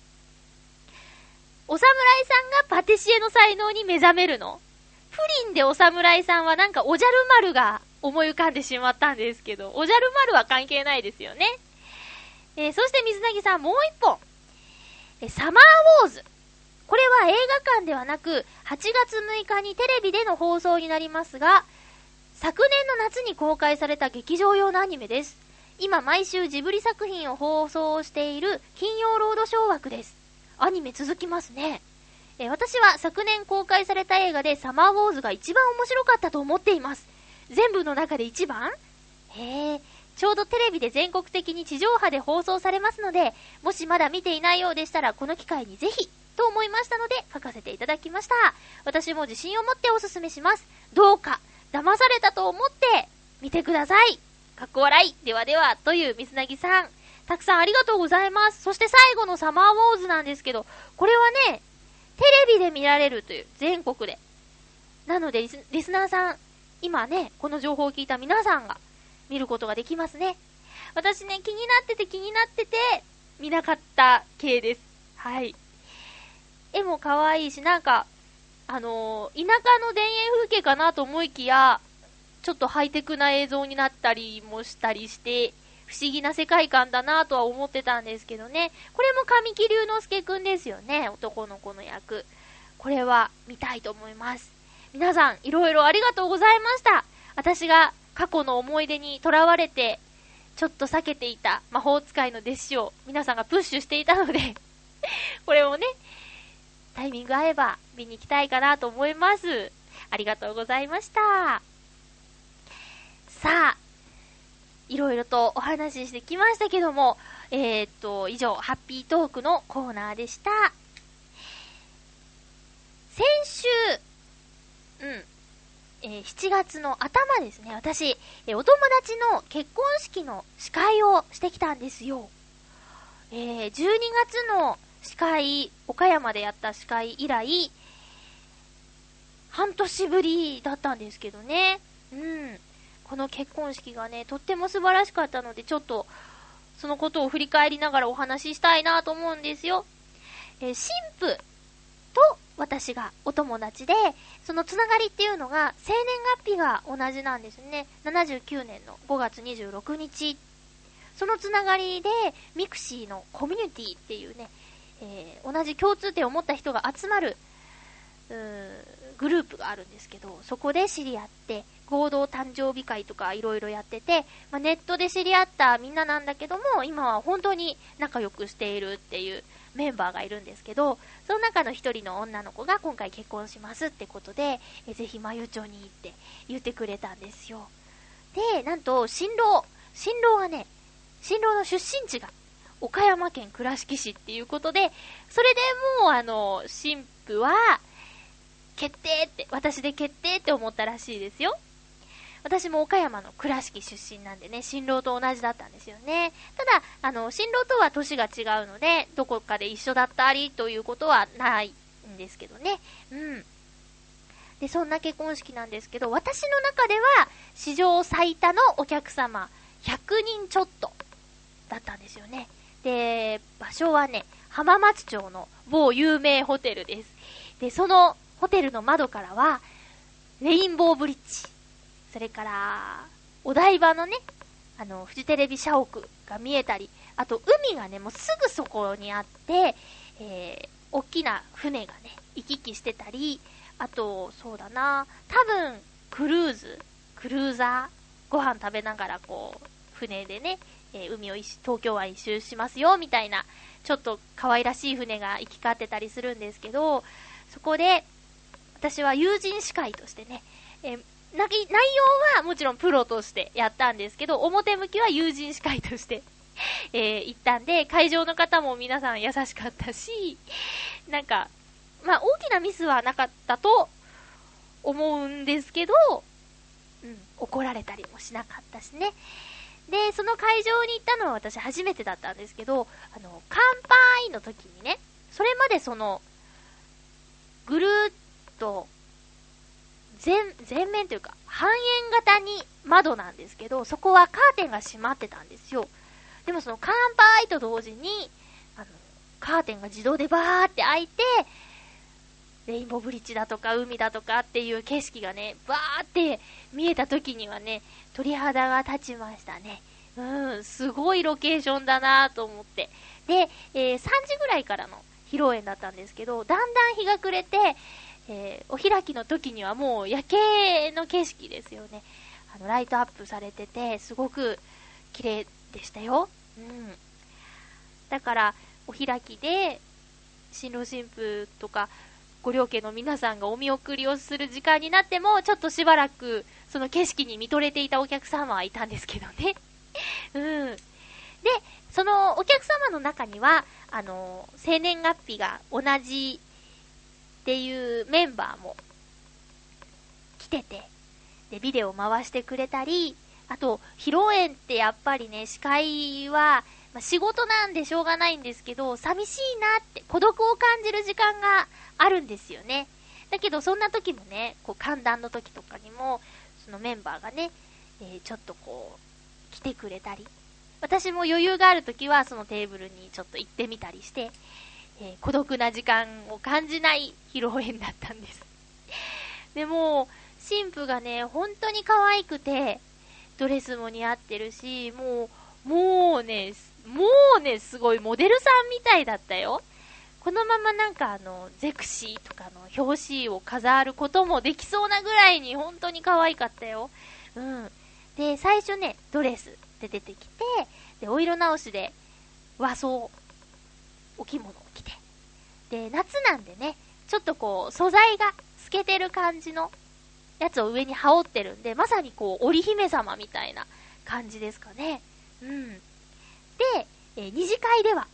お侍さんがパティシエの才能に目覚めるの？プリンでお侍さんはなんかおじゃる丸が思い浮かんでしまったんですけど、おじゃる丸は関係ないですよね。えー、そして水なぎさんもう一本。えー、サマーウォーズ。これは映画館ではなく、はちがつむいかにテレビでの放送になりますが、昨年の夏に公開された劇場用のアニメです。今毎週ジブリ作品を放送している金曜ロードショー枠です。アニメ続きますね。えー、私は昨年公開された映画でサマーウォーズが一番面白かったと思っています。全部の中で一番？へー、ちょうどテレビで全国的に地上波で放送されますので、もしまだ見ていないようでしたらこの機会にぜひと思いましたので書かせていただきました。私も自信を持っておすすめします。どうか騙されたと思って見てください。かっこ笑い。ではでは、という水なぎさん、たくさんありがとうございます。そして最後のサマーウォーズなんですけど、これはね、テレビで見られるという、全国で。なのでリス、リスナーさん、今ね、この情報を聞いた皆さんが見ることができますね。私ね、気になってて気になってて、見なかった系です。はい。絵も可愛いし、なんか、あのー、田舎の田園風景かなと思いきや、ちょっとハイテクな映像になったりもしたりして、不思議な世界観だなとは思ってたんですけどね。これも神木隆之介くんですよね。男の子の役。これは見たいと思います。皆さん、いろいろありがとうございました。私が過去の思い出にとらわれて、ちょっと避けていた魔法使いの弟子を皆さんがプッシュしていたので、これをね、タイミング合えば見に行きたいかなと思います。ありがとうございました。さあ、いろいろとお話ししてきましたけども、えー、っと、以上、ハッピートークのコーナーでした。先週、うん、えー、しちがつの頭ですね、私、えー、お友達の結婚式の司会をしてきたんですよ。えー、じゅうにがつの司会、岡山でやった司会以来、半年ぶりだったんですけどね。うん。この結婚式がね、とっても素晴らしかったので、ちょっと、そのことを振り返りながらお話ししたいなと思うんですよ。えー、新婦と私がお友達で、そのつながりっていうのが、生年月日が同じなんですね。ななじゅうきゅうねんのごがつにじゅうろくにち。そのつながりで、ミクシーのコミュニティっていうね、えー、同じ共通点を持った人が集まる、うーグループがあるんですけど、そこで知り合って、合同誕生日会とかいろいろやってて、まあ、ネットで知り合ったみんななんだけども、今は本当に仲良くしているっていうメンバーがいるんですけど、その中の一人の女の子が今回結婚しますってことで、えぜひまゆちょに行って言ってくれたんですよ。で、なんと新郎、新郎がね、新郎の出身地が岡山県倉敷市っていうことで、それでもうあの、新婦は決定って、私で決定って思ったらしいですよ。私も岡山の倉敷出身なんでね、新郎と同じだったんですよね。ただ、あの、新郎とは年が違うので、どこかで一緒だったりということはないんですけどね。うん。で、そんな結婚式なんですけど、私の中では、史上最多のお客様、ひゃくにんちょっとだったんですよね。で、場所はね、浜松町の某有名ホテルです。で、そのホテルの窓からは、レインボーブリッジ、それから、お台場のね、あの、フジテレビ社屋が見えたり、あと海がね、もうすぐそこにあって、えー、大きな船がね、行き来してたり、あと、そうだな、多分、クルーズ、クルーザー、ご飯食べながらこう、船でね、えー、海を一東京湾一周しますよ、みたいな、ちょっと可愛らしい船が行き交ってたりするんですけど、そこで、私は友人司会としてね、えー内容はもちろんプロとしてやったんですけど、表向きは友人司会として、えー、行ったんで、会場の方も皆さん優しかったし、なんか、 まあ大きなミスはなかったと思うんですけど、うん、怒られたりもしなかったしね。で、その会場に行ったのは私初めてだったんですけど、あの、乾杯の時にね、それまでその、ぐるーっと、全、全面というか、半円型に窓なんですけど、そこはカーテンが閉まってたんですよ。でもその乾杯と同時に、あの、カーテンが自動でバーって開いて、レインボーブリッジだとか海だとかっていう景色がね、バーって見えた時にはね、鳥肌が立ちましたね。うん、すごいロケーションだなと思って。で、えー、さんじぐらいからの披露宴だったんですけど、だんだん日が暮れて、えー、お開きの時にはもう夜景の景色ですよね。あの、ライトアップされてて、すごく綺麗でしたよ。うん。だから、お開きで、新郎新婦とか、ご両家の皆さんがお見送りをする時間になっても、ちょっとしばらく、その景色に見とれていたお客様はいたんですけどね。うん。で、そのお客様の中には、あの、生年月日が同じっていうメンバーも来てて、で、ビデオを回してくれたり、あと、披露宴ってやっぱりね、司会は、まあ、仕事なんでしょうがないんですけど、寂しいなって、孤独を感じる時間があるんですよね。だけど、そんな時もね、こう、歓談の時とかにも、そのメンバーがね、えー、ちょっとこう、来てくれたり、私も余裕がある時は、そのテーブルにちょっと行ってみたりして、えー、孤独な時間を感じない披露宴だったんです。でも、新婦がね、本当に可愛くて、ドレスも似合ってるし、もう、もうね、もうね、すごいモデルさんみたいだったよ。このままなんかあの、ゼクシーとかの表紙を飾ることもできそうなぐらいに本当に可愛かったよ。うん。で、最初ね、ドレスで出てきて、で、お色直しで和装、お着物を着て。で、夏なんでね、ちょっとこう、素材が透けてる感じのやつを上に羽織ってるんで、まさにこう、織姫様みたいな感じですかね。うん。で、えー、二次会では、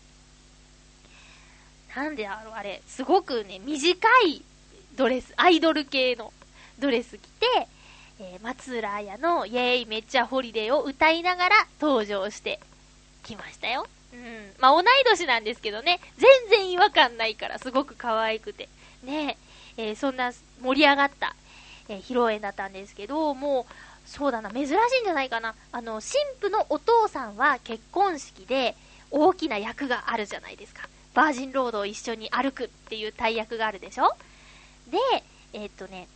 なんであの、あれ、すごくね、短いドレス、アイドル系のドレス着て、えー、松浦綾のイェーイめっちゃホリデーを歌いながら登場してきましたよ。うん。まあ、同い年なんですけどね、全然違和感ないからすごく可愛くて。ねえ、えー、そんな盛り上がった、えー、披露宴だったんですけど、もう、そうだな、珍しいんじゃないかな。あの、新婦のお父さんは結婚式で大きな役があるじゃないですか。バージンロードを一緒に歩くっていう大役があるでしょ。で、えー、っとね、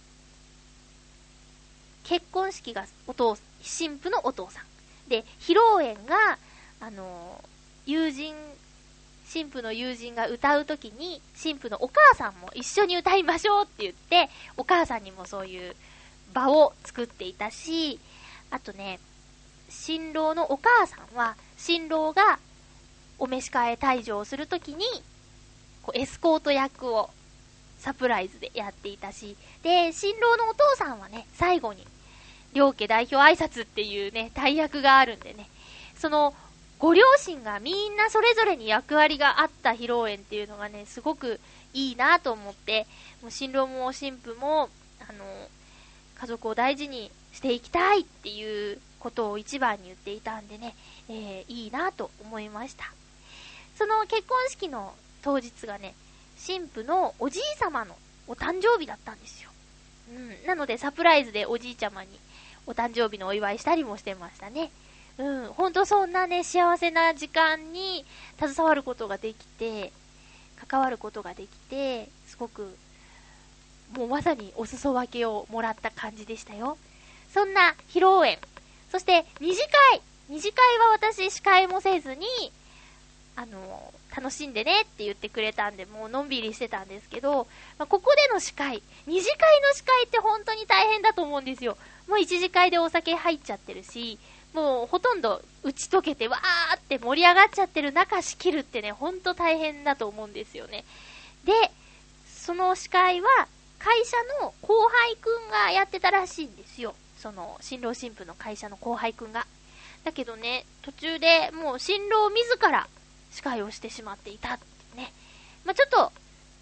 結婚式がお父、新婦のお父さん。で、披露宴が、あの、友人、新婦の友人が歌うときに、新婦のお母さんも一緒に歌いましょうって言って、お母さんにもそういう場を作っていたし、あとね、新郎のお母さんは、新郎がお召し替え退場をするときに、こうエスコート役をサプライズでやっていたし、で、新郎のお父さんはね、最後に、両家代表挨拶っていうね、大役があるんでね、その、ご両親がみんなそれぞれに役割があった披露宴っていうのがね、すごくいいなと思って、もう新郎も新婦も、あの、家族を大事にしていきたいっていうことを一番に言っていたんでね、えー、いいなと思いました。その結婚式の当日がね、新婦のおじい様のお誕生日だったんですよ。うん、なのでサプライズでおじいちゃまにお誕生日のお祝いしたりもしてましたね。うん、ほんとそんなね、幸せな時間に携わることができて、関わることができて、すごく、もうまさにお裾分けをもらった感じでしたよ。そんな披露宴。そして二次会。二次会は私司会もせずに、あの、楽しんでねって言ってくれたんで、もうのんびりしてたんですけど、まあ、ここでの司会、二次会の司会って本当に大変だと思うんですよ。もう一次会でお酒入っちゃってるし、もうほとんど打ち解けてわーって盛り上がっちゃってる中仕切るってね、ほんと大変だと思うんですよね。で、その司会は会社の後輩くんがやってたらしいんですよ。その新郎新婦の会社の後輩くんが。だけどね、途中でもう新郎自ら司会をしてしまっていたってね。まあ、ちょっと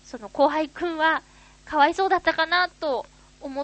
その後輩くんはかわいそうだったかなと思って、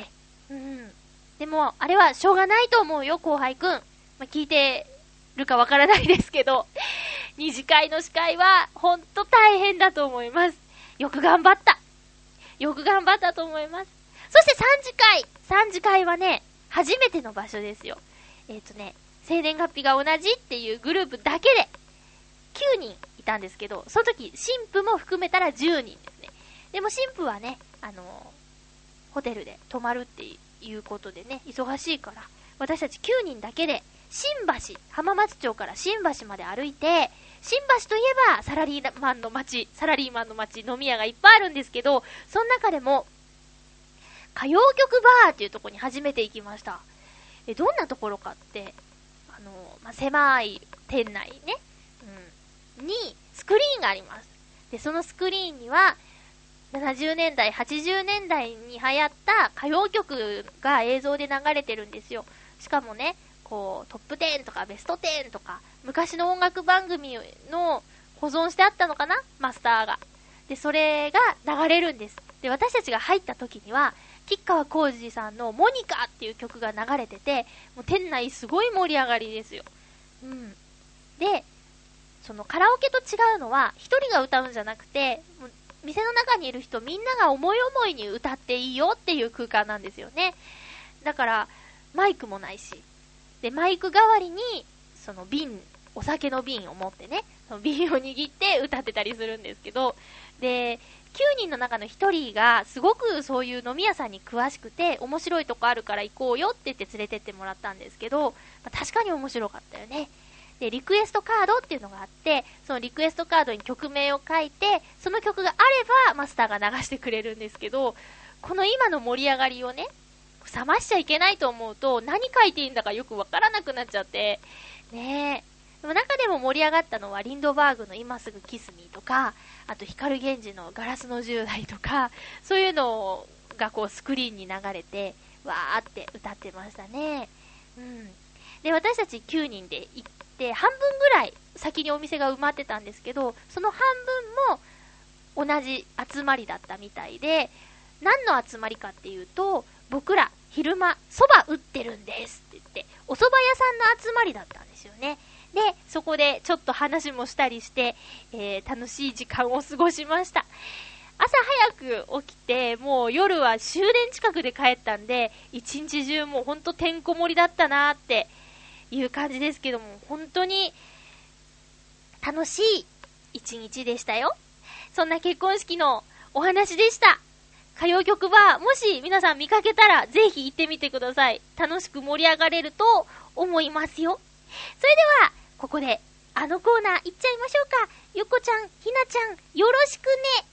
うん。でも、あれはしょうがないと思うよ、後輩くん。まあ、聞いてるかわからないですけど、二次会の司会はほんと大変だと思います。よく頑張った。よく頑張ったと思います。そして三次会。三次会はね、初めての場所ですよ。えっとね、生年月日が同じっていうグループだけできゅうにんいたんですけど、その時、新婦も含めたらじゅうにんですね。でも新婦はね、あのー、ホテルで泊まるっていうことでね、忙しいから、私たちきゅうにんだけで、新橋、浜松町から新橋まで歩いて、新橋といえばサラリーマンの街、サラリーマンの街、飲み屋がいっぱいあるんですけど、その中でも、歌謡曲バーっていうところに初めて行きました。え、どんなところかって、あのー、まあ、狭い店内ね、うん、にスクリーンがあります。で、そのスクリーンには、ななじゅうねんだい、はちじゅうねんだいに流行った歌謡曲が映像で流れてるんですよ。しかもね、こう、トップテンとかベストテンとか、昔の音楽番組の保存してあったのかな？マスターが。で、それが流れるんです。で、私たちが入った時には、吉川晃司さんのモニカっていう曲が流れてて、もう店内すごい盛り上がりですよ。うん。で、そのカラオケと違うのは、一人が歌うんじゃなくて、もう店の中にいる人みんなが思い思いに歌っていいよっていう空間なんですよね。だからマイクもないし、でマイク代わりにその瓶、お酒の瓶を持ってね、その瓶を握って歌ってたりするんですけど、できゅうにんの中のひとりがすごくそういう飲み屋さんに詳しくて、面白いとこあるから行こうよって言って連れてってもらったんですけど、まあ、確かに面白かったよね。で、リクエストカードっていうのがあって、そのリクエストカードに曲名を書いて、その曲があればマスターが流してくれるんですけど、この今の盛り上がりをね、冷ましちゃいけないと思うと、何書いていいんだかよくわからなくなっちゃって、ねえ。でも中でも盛り上がったのは、リンドバーグの今すぐキスミーとか、あと光源氏のガラスのじゅう代とか、そういうのがこうスクリーンに流れて、わーって歌ってましたね。うん。で、私たちきゅうにんで行って、半分ぐらい先にお店が埋まってたんですけど、その半分も同じ集まりだったみたいで、何の集まりかっていうと、僕ら昼間蕎麦打ってるんですって言って、お蕎麦屋さんの集まりだったんですよね。で、そこでちょっと話もしたりして、えー、楽しい時間を過ごしました。朝早く起きて、もう夜は終電近くで帰ったんで、一日中もうほんとてんこ盛りだったなーっていう感じですけども、本当に楽しい一日でしたよ。そんな結婚式のお話でした。歌謡曲バー、もし皆さん見かけたらぜひ行ってみてください。楽しく盛り上がれると思いますよ。それではここであのコーナー行っちゃいましょうか。ゆこちゃん、ひなちゃん、よろしくね。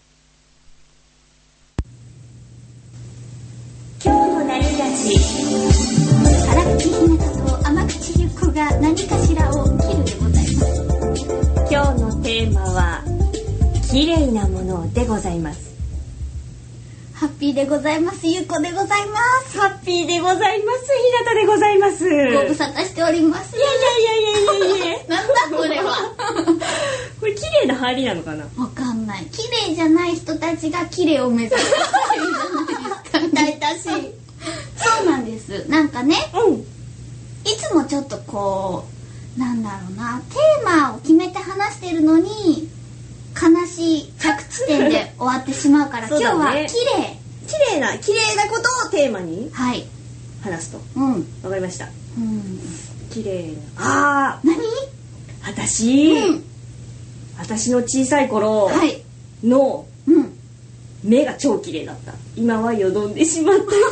今日の何がし、荒木ひなたと甘口ゆっこが何かしらを切るでございます。 今日のテーマは綺麗なものでございます。 ハッピーでございます。ゆっこでございます。 ハッピーでございます。ひなたでございます。 ご無沙汰しております。 いやいやいやいやいやいやなんだこれは。 これ綺麗な入りなのかな。 わかんない。綺麗じゃない人たちが綺麗を目指すっていうじゃないですか。痛々しい。そうなんです。なんかね、 うん、 いつもちょっとこうなんだろうな、テーマを決めて話してるのに悲しい着地点で終わってしまうから、ね、今日は綺麗綺麗な綺麗なことをテーマに話すと、 うん、 わかりました。 うん、 綺麗な、あー、 何？ 私、うん、私の小さい頃の目が超綺麗だった。今はよどんでしまったけど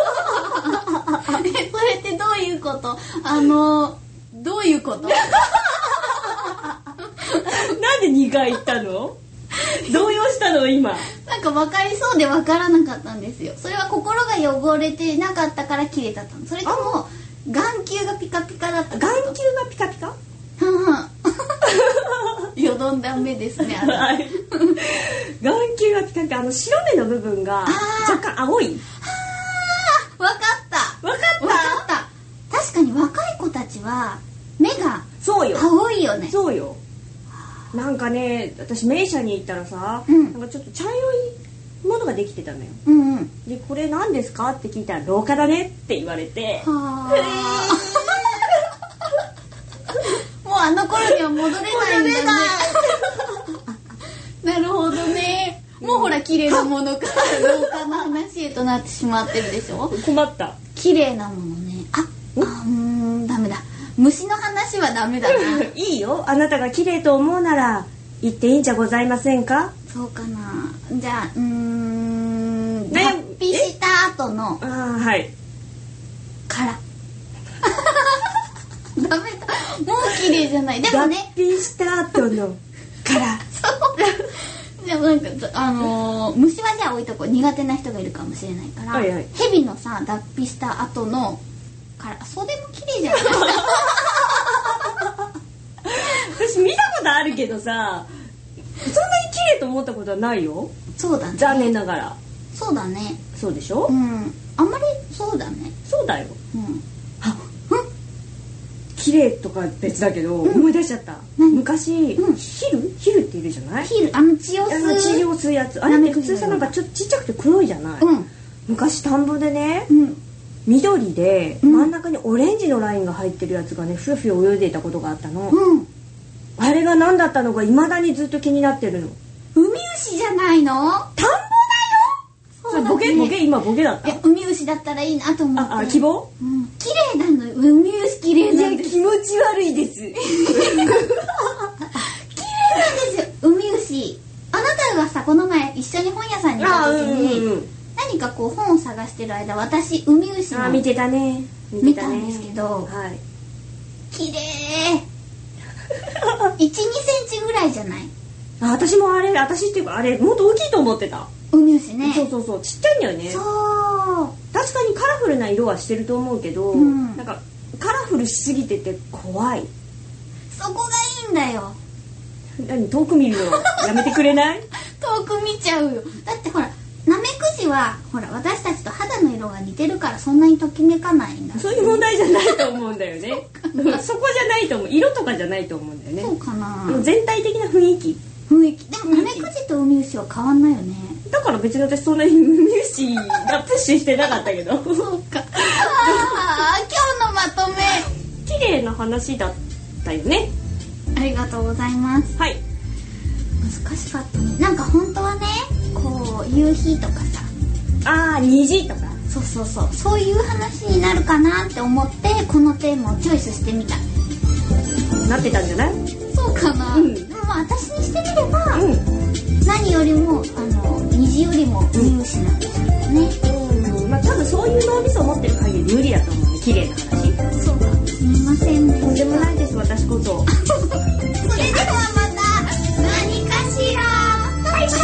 え、それってどういうこと？あのどういうことなんでにかい言ったの？動揺したの今。 なんか分かりそうで分からなかったんですよ。それは心が汚れてなかったから綺麗だったの？それとも眼球がピカピカだったの？ 眼球がピカピカ？ よどんだ目ですね。あはい、眼球がピカピカ、あの白目の部分が若干青い。 はー、分かった分かった分かった。確かに若い子たちは目がそうよ青いよね。 そうよ。 なんかね、私名車に行ったらさ、 うん、 なんかちょっと茶色いものができてたのよ、 うんうん、 でこれ何ですかって聞いたら廊下だねって言われて、はもうあの頃には戻れないんだねなるほどね。もうほら綺麗なものから廊下の話へとなってしまってるでしょ。 困った。 綺麗なものね。あ、あうーんダメだ。虫の話はダメだな。 いいよ。あなたが綺麗と思うなら言っていいんじゃございませんか。 そうかな。じゃあうーん脱皮した後のあはい殻。ダメだ。もう綺麗じゃない。でもね。 脱皮した後の殻。 そう。でもなんかあのー、虫はじゃあ置いとこう。苦手な人がいるかもしれないから、はいはい、蛇のさ脱皮した後のからそれも綺麗じゃない私見たことあるけどさ、そんなに綺麗と思ったことはないよ。 そうだね。 残念ながら。 そうだね。 そうでしょ。 うん。あんまりそうだね。 そうだよ。 うん。 あ、うん。綺麗とか別だけど、うん、思い出しちゃった。昔、うん、ヒルヒルっているじゃない？ ヒル、あの血を吸う。 あの血を吸うやつ。あれって普通さなんかちょっとちっちゃくて黒いじゃない？うん。昔田んぼでね。うん。緑で真ん中にオレンジのラインが入ってるやつがね、ふよふよ泳いでいたことがあったの、うん、あれが何だったのか未だにずっと気になってるの。 ウミウシじゃないの？田んぼだよ。 そうだね。ボケボケ今ボケだった。 いやウミウシだったらいいなと思って。 ああ希望？ うん、綺麗なの。ウミウシ綺麗なんです。 いや気持ち悪いです綺麗なんですよウミウシ。あなたがさこの前一緒に本屋さんに行った時に、うんうんうん、何かこう本を探してる間私ウミウシの見てたね見たんですけど、はい、綺麗いちにセンチぐらいじゃない？ あ私もあれ私っていうかあれもっと大きいと思ってた。 ウミウシね。 そうそうそうちっちゃいんだよね。 そう確かにカラフルな色はしてると思うけど、うん、なんかカラフルしすぎてて怖い。 そこがいいんだよ。 何遠く見るのやめてくれない遠く見ちゃうよ。だってほらナメクジはほら私たちと肌の色が似てるからそんなにときめかないんだ。 そういう問題じゃないと思うんだよねそこじゃないと思う。色とかじゃないと思うんだよね。 そうかな。 全体的な雰囲気雰囲気でもナメクジとウミウシは変わんないよね。 だから別に私そんなにウミウシがプッシュしてなかったけどそうか。あ今日のまとめ綺麗な話だったよね。 ありがとうございます。 はい。 難しかったね。なんか本当はねこう夕日とかさあー虹とかそうそうそうそういう話になるかなって思ってこのテーマをチョイスしてみた。 なってたんじゃない？ そうかな、うん、でもまあ私にしてみれば、うん、何よりもあの虹よりもウミウシなんですよね、 うんうん、まあ多分そういう脳みそを持ってる限り無理だと思うね。綺麗な話。 そうかすみませんね。 とんでもないです私こそそれではまた何かしらバイバイ。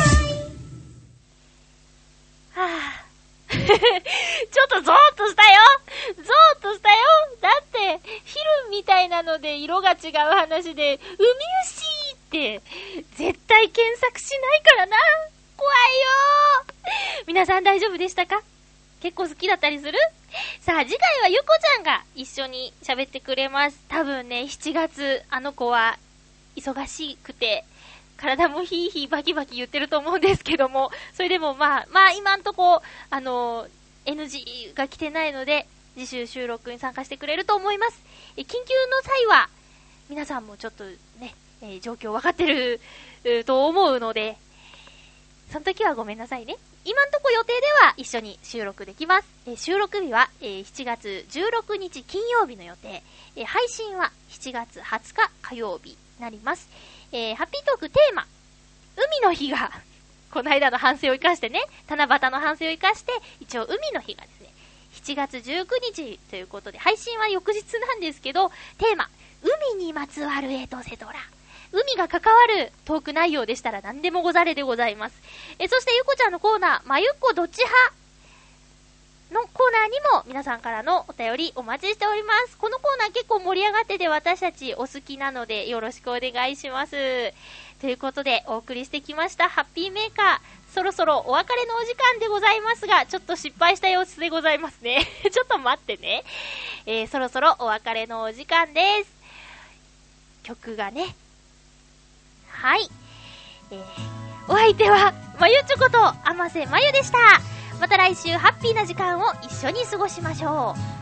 はあちょっとゾーッとしたよゾーッとしたよ。だってフィルみたいなので色が違う話でウミウシって絶対検索しないからな。怖いよ。皆さん大丈夫でしたか？結構好きだったりする？さあ次回はゆこちゃんが一緒に喋ってくれます。多分ねしちがつあの子は忙しくて体もヒーヒーバキバキ言ってると思うんですけども、それでもまあまあ今んとこあの エヌジー が来てないので次週収録に参加してくれると思います。え緊急の際は皆さんもちょっとね、えー、状況分かってると思うのでその時はごめんなさいね。今んとこ予定では一緒に収録できます。えー、収録日は、えー、しちがつじゅうろくにち金曜日の予定、えー、配信はしちがつはつか火曜日になります。えー、ハッピートークテーマ海の日がこの間の反省を生かしてね七夕の反省を生かして一応海の日がですねしちがつじゅうくにちということで配信は翌日なんですけどテーマ海にまつわるエトセトラ海が関わるトーク内容でしたら何でもござれでございます。えそしてゆこちゃんのコーナーまゆっこどっち派のコーナーにも皆さんからのお便りお待ちしております。このコーナー結構盛り上がってて私たちお好きなのでよろしくお願いします。ということでお送りしてきましたハッピーメーカーそろそろお別れのお時間でございますがちょっと失敗した様子でございますねちょっと待ってね、えー、そろそろお別れのお時間です。曲がねはい。えー、お相手は、まゆちょこと、あませまゆでした。また来週ハッピーな時間を一緒に過ごしましょう。